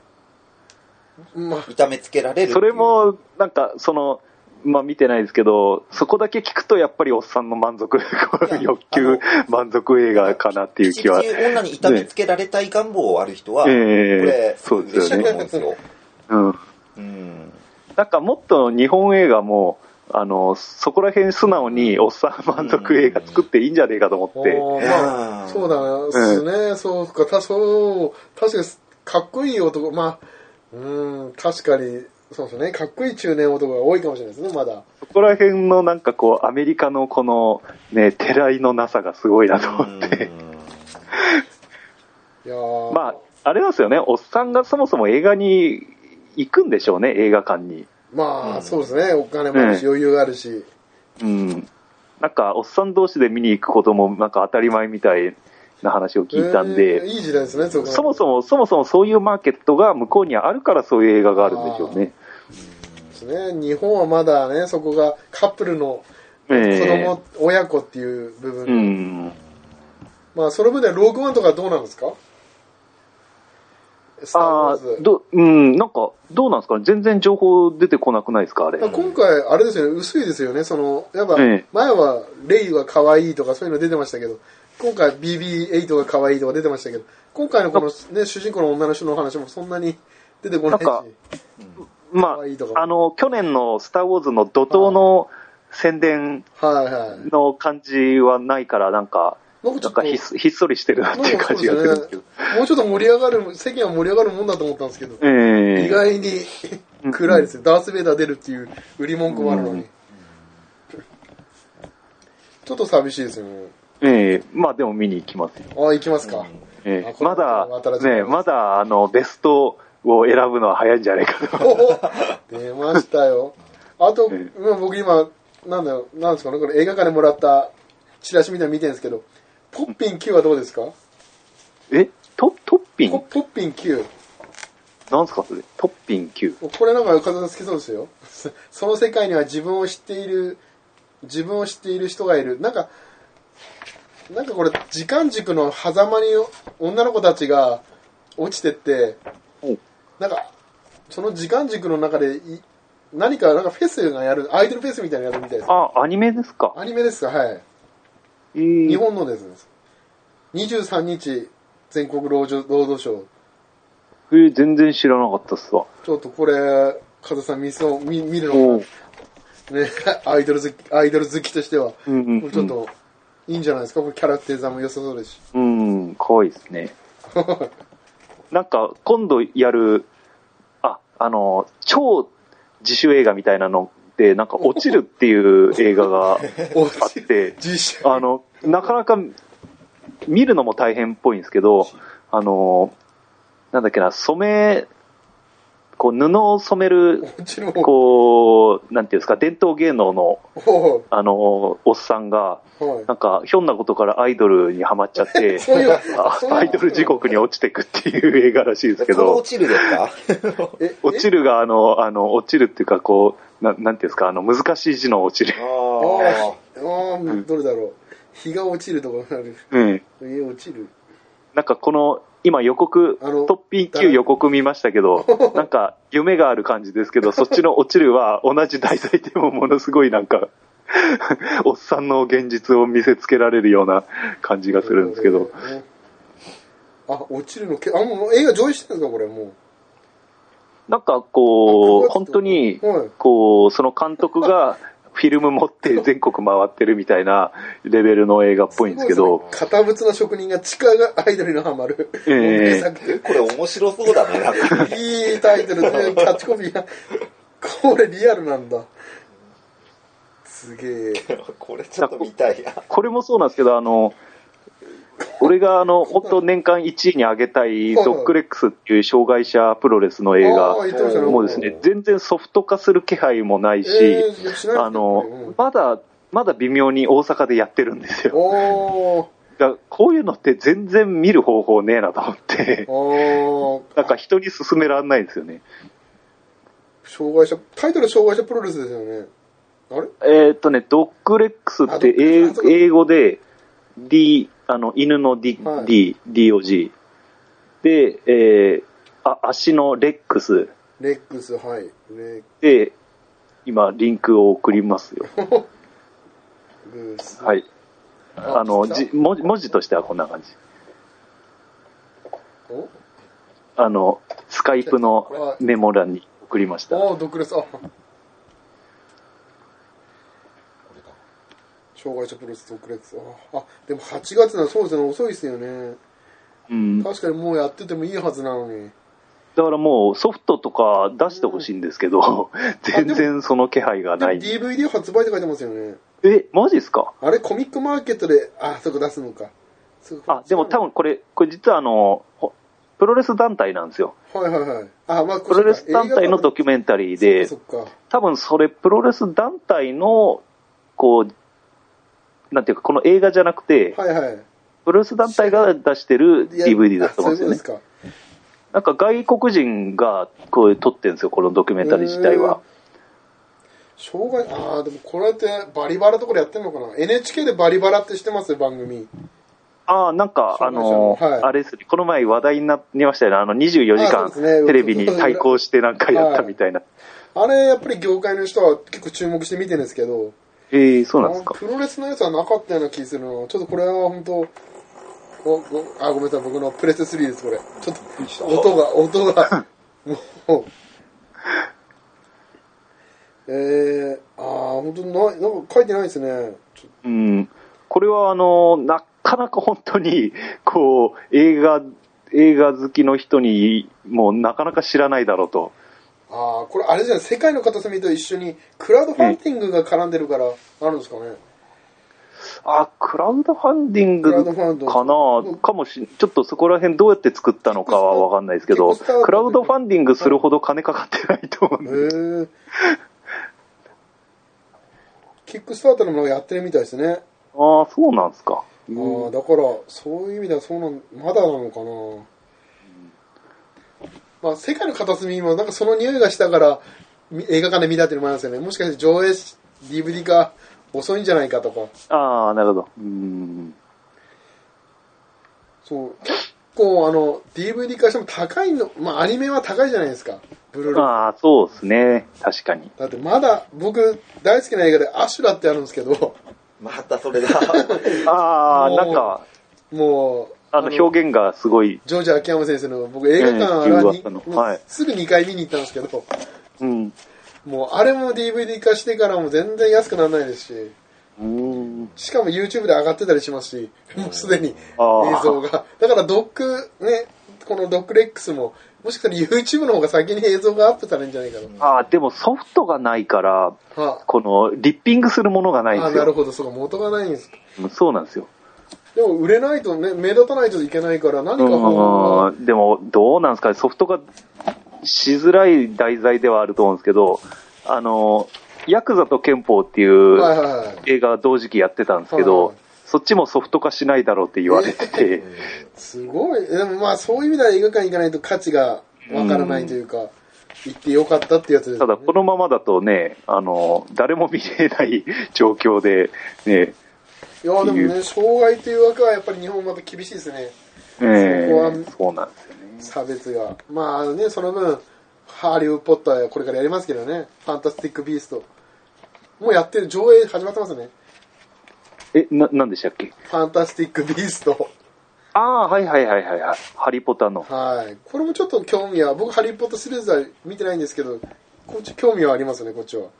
痛めつけられる。 それも、なんか、まあ見てないですけど、そこだけ聞くとやっぱりおっさんの満足、欲求満足映画かなっていう気は。 ピチピチ女に痛めつけられたい願望ある人は、これ、 そうですよね。 嬉しいと思うんですよ。 なんかもっと日本映画も、そこら辺素直におっさん満足映画作っていいんじゃねえかと思って。 そうだですね。そうか、確かにかっこいい男、まあ、確かに、そうですね。かっこいい中年男が多いかもしれないですね、まだ。 そこら辺のなんかこう、アメリカのこの、ね、てらいのなさがすごいなと思って。まあ、あれなんですよね。おっさんがそもそも映画に行くんでしょうね、映画館に。 まあ、そうですね。お金もあるし、余裕があるし。 なんか、おっさん同士で見に行くこともなんか当たり前みたいな話を聞いたんで、 いい時代ですね、 そもそもそういうマーケットが向こうにあるからそういう映画があるんでしょうね。 ですね。日本はまだね、そこがカップルの子供、親子っていう部分。 まあその分でローグワンとかどうなんですか？ なんか、どうなんですかね、全然情報出てこなくないですか、あれ。 今回、あれですよね、薄いですよね、やっぱ、前は、レイが可愛いとかそういうの出てましたけど、今回 BB8 が可愛いとか出てましたけど、今回のこのね、主人公の女の人の話もそんなに出てこないし。 まあ、去年のスターウォーズの怒涛の宣伝の感じはないから、なんかひっそりしてるなっていう感じがするんですけど、 もうちょっと盛り上がる、世間は盛り上がるもんだと思ったんですけど、意外に暗いですよ。ダース・ベイダー出るっていう売り文句もあるのに。ちょっと寂しいですよね。 まあでも見に行きますよ。 行きますか。 まだベストを選ぶのは早いんじゃないかと。 出ましたよ。あと、僕今、なんですかね、これ映画館でもらったチラシみたいに見てるんですけど、ポッピン Q はどうですか？ トッピン？ ポッピン Q。 なんすかそれ？トッピン Q。 これなんか風さん好きそうですよ。その世界には自分を知っている人がいる。なんかこれ時間軸の狭間に女の子たちが落ちてって、なんかその時間軸の中でなんかフェスがやる、アイドルフェスみたいなのやるみたいです。 アニメですか？ アニメですか、はい。日本のです。23日全国労働省。 全然知らなかったっすわ。 ちょっとこれ風さん見るのかな、ね、アイドル好きとしては、ちょっといいんじゃないですか。これキャラクターも良さそうですし。 可愛いですね。なんか今度やる超自主映画みたいなので、なんか落ちるっていう映画があってなかなか見るのも大変っぽいんですけど、なんだっけな、布を染める、なんていうんですか、伝統芸能の、おっさんが、なんか、ひょんなことからアイドルにハマっちゃって、アイドル地獄に落ちてくっていう映画らしいですけど。 落ちるですか？ 落ちるが、落ちるっていうか、なんていうんですか、難しい字の落ちる。 どれだろう。日が落ちるとかなる。落ちる。 なんか今トッピン Q 予告見ましたけど、なんか夢がある感じですけど、そっちの落ちるは同じ題材でもものすごいなんか、おっさんの現実を見せつけられるような感じがするんですけど。 落ちるの、もう映画上映してるんですか、これもう。 なんか本当に、その監督が、フィルム持って全国回ってるみたいなレベルの映画っぽいんですけど、 堅物な職人が地下がアイドルにハマる、 これ面白そうだね。なんかいいタイトルでキャッチコピーがこれリアルなんだ。すげえ。 これちょっと見たいや。 これもそうなんですけど、俺が本当年間1位に上げたいドッグレックスっていう障害者プロレスの映画もですね、全然ソフト化する気配もないし、まだ微妙に大阪でやってるんですよ。こういうのって全然見る方法ねえなと思って、なんか人に勧められないですよね。 タイトル障害者プロレスですよね。あれドッグレックスって英語で犬の DOG で、足のレックスはいで今リンクを送りますよ。はい、文字としてはこんな感じ。スカイプのメモ欄に送りました。 ドッグレス、障害者プロレスドッグレックス。でも8月ならそうですね、遅いですよね。確かにもうやっててもいいはずなのに。 だからもうソフトとか出してほしいんですけど、全然その気配がない。 DVD 発売って書いてますよね。 マジですか？ あれコミックマーケットでそこ出すのか。 でも多分これ実はプロレス団体なんですよ。 プロレス団体のドキュメンタリーで、多分それプロレス団体のなんていうか、この映画じゃなくて、プロレス団体が出してる DVD だと思うんですよね。なんか外国人が撮ってるんですよ、このドキュメンタリー自体は。 でもこれってバリバラとこでやってんのかな？ NHK でバリバラって知ってます？番組。 なんか、 はいあれですね、この前話題になりましたよね。24時間テレビに対抗してなんかやったみたいな。 あれ、やっぱり業界の人は結構注目して見てるんですけど、 そうなんですか。 プロレスのやつはなかったような気するの。ちょっとこれは本当、ごめんなさい、僕のプレステ3です、これ。ちょっと、音が、もう、本当なんか書いてないですね。 これはなかなか本当に、こう、映画好きの人にもうなかなか知らないだろうと。 これあれじゃない、世界の片隅と一緒にクラウドファンディングが絡んでるからあるんですかね。 クラウドファンディングかなかもし、ちょっとそこら辺どうやって作ったのかはわかんないですけど、クラウドファンディングするほど金かかってないと思うんで。 キックスターターのものやってるみたいですね。 そうなんですか。 だからそういう意味ではまだなのかな。まあ世界の片隅もなんかその匂いがしたから映画館で見たっていうのもありますよね。もしかして上映 DVD が遅いんじゃないかとか。 なるほど。 そう結構DVD 化しても高いの、アニメは高いじゃないですか。ブルーレイ。 そうですね。確かに。 だってまだ僕大好きな映画でアシュラってあるんですけど。 またそれだ。 なんかもう表現がすごい。 ジョージ秋山先生の僕映画館はすぐ2回見に行ったんですけど。もうあれも DVD 化してからも全然安くならないですし。しかも YouTube で上がってたりしますし、もうすでに映像が。だからこのドックレックスも、もしかしたら YouTube の方が先に映像がアップされるんじゃないかな。 でもソフトがないから、このリッピングするものがないんですよ。 なるほど、そうか、元がないんですか。 そうなんですよ。 でも売れないとね、目立たないといけないから、何かでも、どうなんですかね、ソフトがしづらい題材ではあると思うんですけど、ヤクザと憲法っていう映画同時期やってたんですけど、そっちもソフト化しないだろうって言われてて。 すごい。でもそういう意味では映画館行かないと価値がわからないというか、行ってよかったってやつですね。 ただこのままだとね、誰も見れない状況で、ね。 いやでもね、障害という枠はやっぱり日本また厳しいですね。 そこはそうなんですよね。 差別が。その分、ハリウッドポッターこれからやりますけどね。ファンタスティックビースト。もうやってる、上映始まってますね。 なんでしたっけ？ ファンタスティックビースト。 はい。ハリポタの。 これもちょっと興味は、僕ハリーポッターシリーズは見てないんですけど、こっち興味はありますね、こっちは。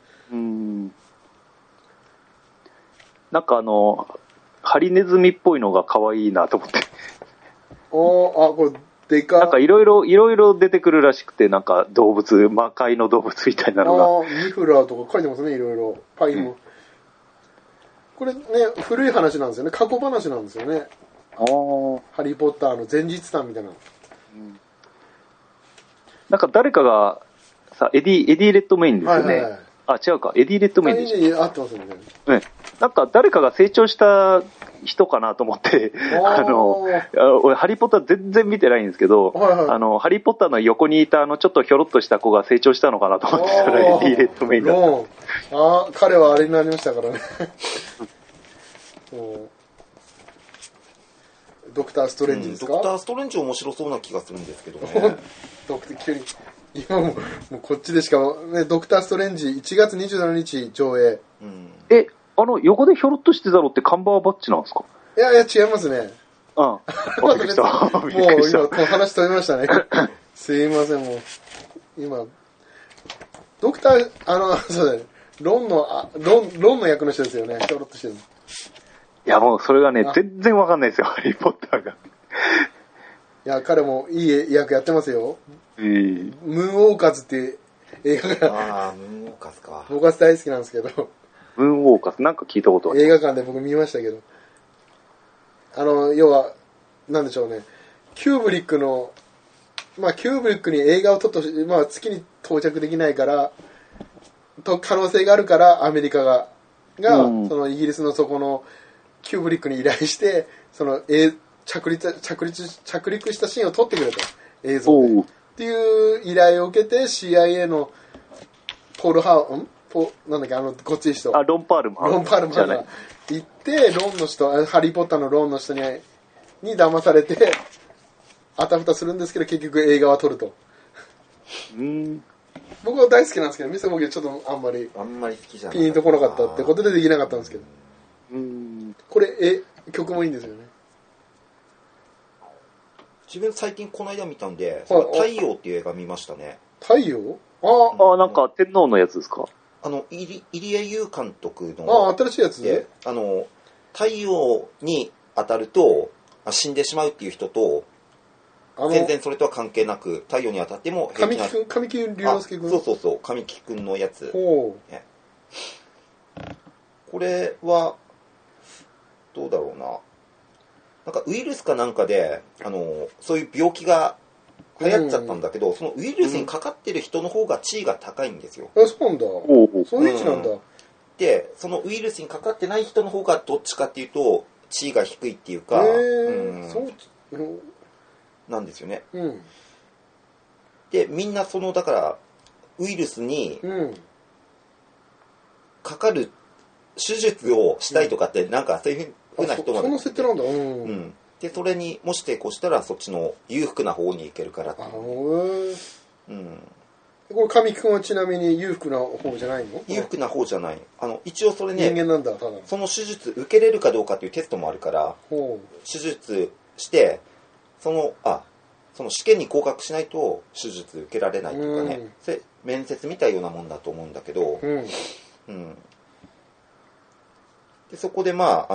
なんかハリネズミっぽいのが可愛いなと思って。 これでか。 なんかいろいろ出てくるらしくて、なんか動物、魔界の動物みたいなのが。 ニフラーとか書いてますね、いろいろ。パイも。これね、古い話なんですよね。過去話なんですよね。ハリー・ポッターの前日談みたいな。 なんか誰かがエディ・レッドメインですよね。違うか、エディ・レッドメインでしょ。 合ってますよね。 なんか誰かが成長した人かなと思って、俺ハリー・ポッター全然見てないんですけど、ハリー・ポッターの横にいたちょっとひょろっとした子が成長したのかなと思ってたら、エディ・レッドメインだった。 彼はあれになりましたからね。ドクター・ストレンジですか？ ドクター・ストレンジ面白そうな気がするんですけどね。 急に今もうこっちでしかね、ドクター・ストレンジ1月27日上映。 横でひょろっとしてたのってカンバーバッチなんですか？ いや違いますね。 びっくりした。 もう今話飛びましたね。すいません、もう今ドクターそうだね、ロンの役の人ですよね。ひょろっとしてるの。 いやもうそれがね全然わかんないですよ、ハリー・ポッターが。 いや彼もいい役やってますよ。ムーンウォーカーズっていう映画がムーンウォーカーズか。 僕は大好きなんですけど。 ムーンウォーカーズなんか聞いたことある。 映画館で僕見ましたけど、要はなんでしょうね、キューブリックに映画を撮ってほしい、月に到着できないから可能性があるからアメリカが、そのイギリスのそこのキューブリックに依頼して着陸したシーンを撮ってくれと、映像でっていう依頼を受けて CIA のなんだっけ、ごっつい人、 ロンパールマンが行って、ロンの人、ハリー・ポッターのロンの人にに騙されて、あたふたするんですけど、結局映画は撮ると。僕は大好きなんですけど、ミスターボギーはちょっとあんまり好きじゃない。 ピンとこなかったってことでできなかったんですけど。これ、曲もいいんですよね。 自分最近この間見たんで、太陽っていう映画見ましたね。 太陽？ なんか天皇のやつですか？ 入江優監督の。 新しいやつで。 太陽に当たると死んでしまうっていう人と、全然それとは関係なく、太陽に当たっても平気な。 神木隆之介君。 そう、神木君のやつ。ね、これは、どうだろうな。なんかウイルスかなんかで、そういう病気が流行っちゃったんだけど、そのウイルスにかかってる人の方が地位が高いんですよ。 そうなんだ。そういう位置なんだ。 で、そのウイルスにかかってない人の方がどっちかっていうと、地位が低いっていうか、なんですよね。で、みんなだから、ウイルスにかかる手術をしたいとかって、なんかそういうふうな人が、 その設定なんだ。 で、それにもし抵抗したら、そっちの裕福な方に行けるからって。 これ神木君はちなみに裕福な方じゃないの？ 裕福な方じゃない。一応それね、 人間なんだ、ただ。 その手術受けれるかどうかっていうテストもあるから、手術して、その試験に合格しないと手術受けられないとかね、面接みたいようなもんだと思うんだけど、でそこで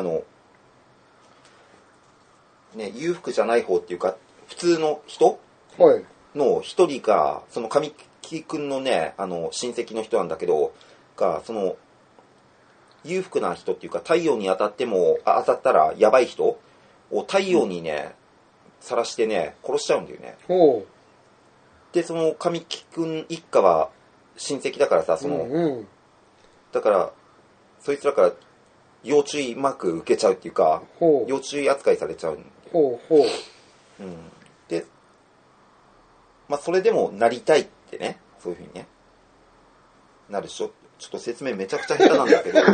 裕福じゃない方っていうか、普通の人の一人が、その神木君のね、親戚の人なんだけど、その、裕福な人っていうか、太陽に当たったらやばい人を太陽にね、さらしてね、殺しちゃうんだよね。で、その神木君一家は親戚だからさ、だから、そいつらから要注意マーク受けちゃうっていうか、要注意扱いされちゃうんだよ。で、それでもなりたいってね、そういうふうにね、なるでしょ。ちょっと説明めちゃくちゃ下手なんだけど。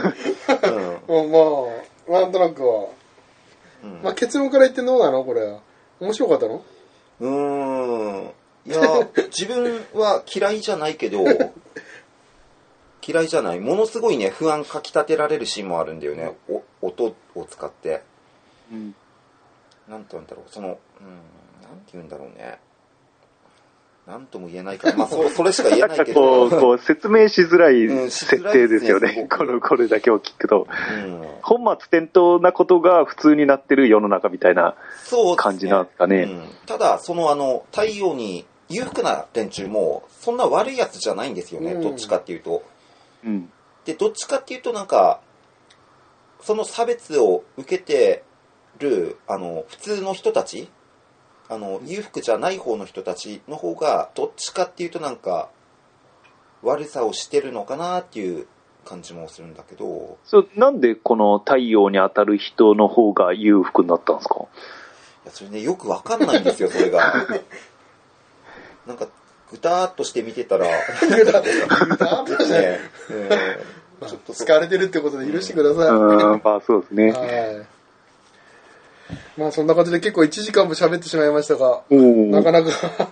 なんとなくは。結論から言ってどうなのこれ。面白かったの？ いや、自分は嫌いじゃないけど、嫌いじゃない。ものすごいね、不安かき立てられるシーンもあるんだよね。音を使って。なんて言うんだろう。なんて言うんだろうね。なんとも言えないから、それしか言えないけど。 こう説明しづらい設定ですよね。これだけを聞くと。本末転倒なことが普通になってる世の中みたいな感じなんですかね。 ただ、太陽に裕福な連中も、そんな悪いやつじゃないんですよね。どっちかっていうと。で、どっちかっていうとなんか、その差別を受けてる、普通の人たち、裕福じゃない方の人たちの方が、どっちかっていうとなんか、悪さをしてるのかなっていう感じもするんだけど。 なんでこの太陽に当たる人の方が裕福になったんですか？ いや、それね、よくわかんないんですよ、それが。なんか、ぐたーっとして見てたら、ぐたーっとしてね、 ちょっと疲れてるってことで許してください。 そうですね。 そんな感じで結構1時間も喋ってしまいましたが、なかなか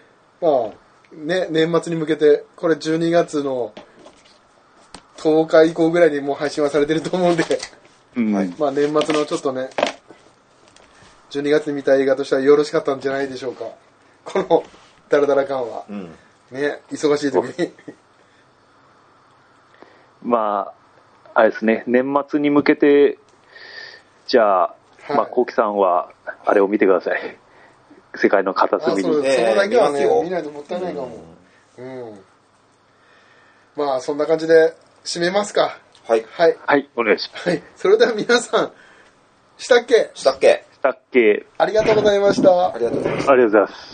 年末に向けて、これ12月の10日以降ぐらいにもう配信はされてると思うんで、年末のちょっとね、12月に見た映画としてはよろしかったんじゃないでしょうか。このダラダラ感は。ね、忙しい時に。 あれですね、年末に向けて、じゃあ、コウキさんは、あれを見てください。世界の片隅に。 そこだけはね、見ないともったいないかも。そんな感じで、締めますか。 はい、 お願いします。 それでは皆さん、したっけありがとうございました。 ありがとうございます。 ありがとうございます。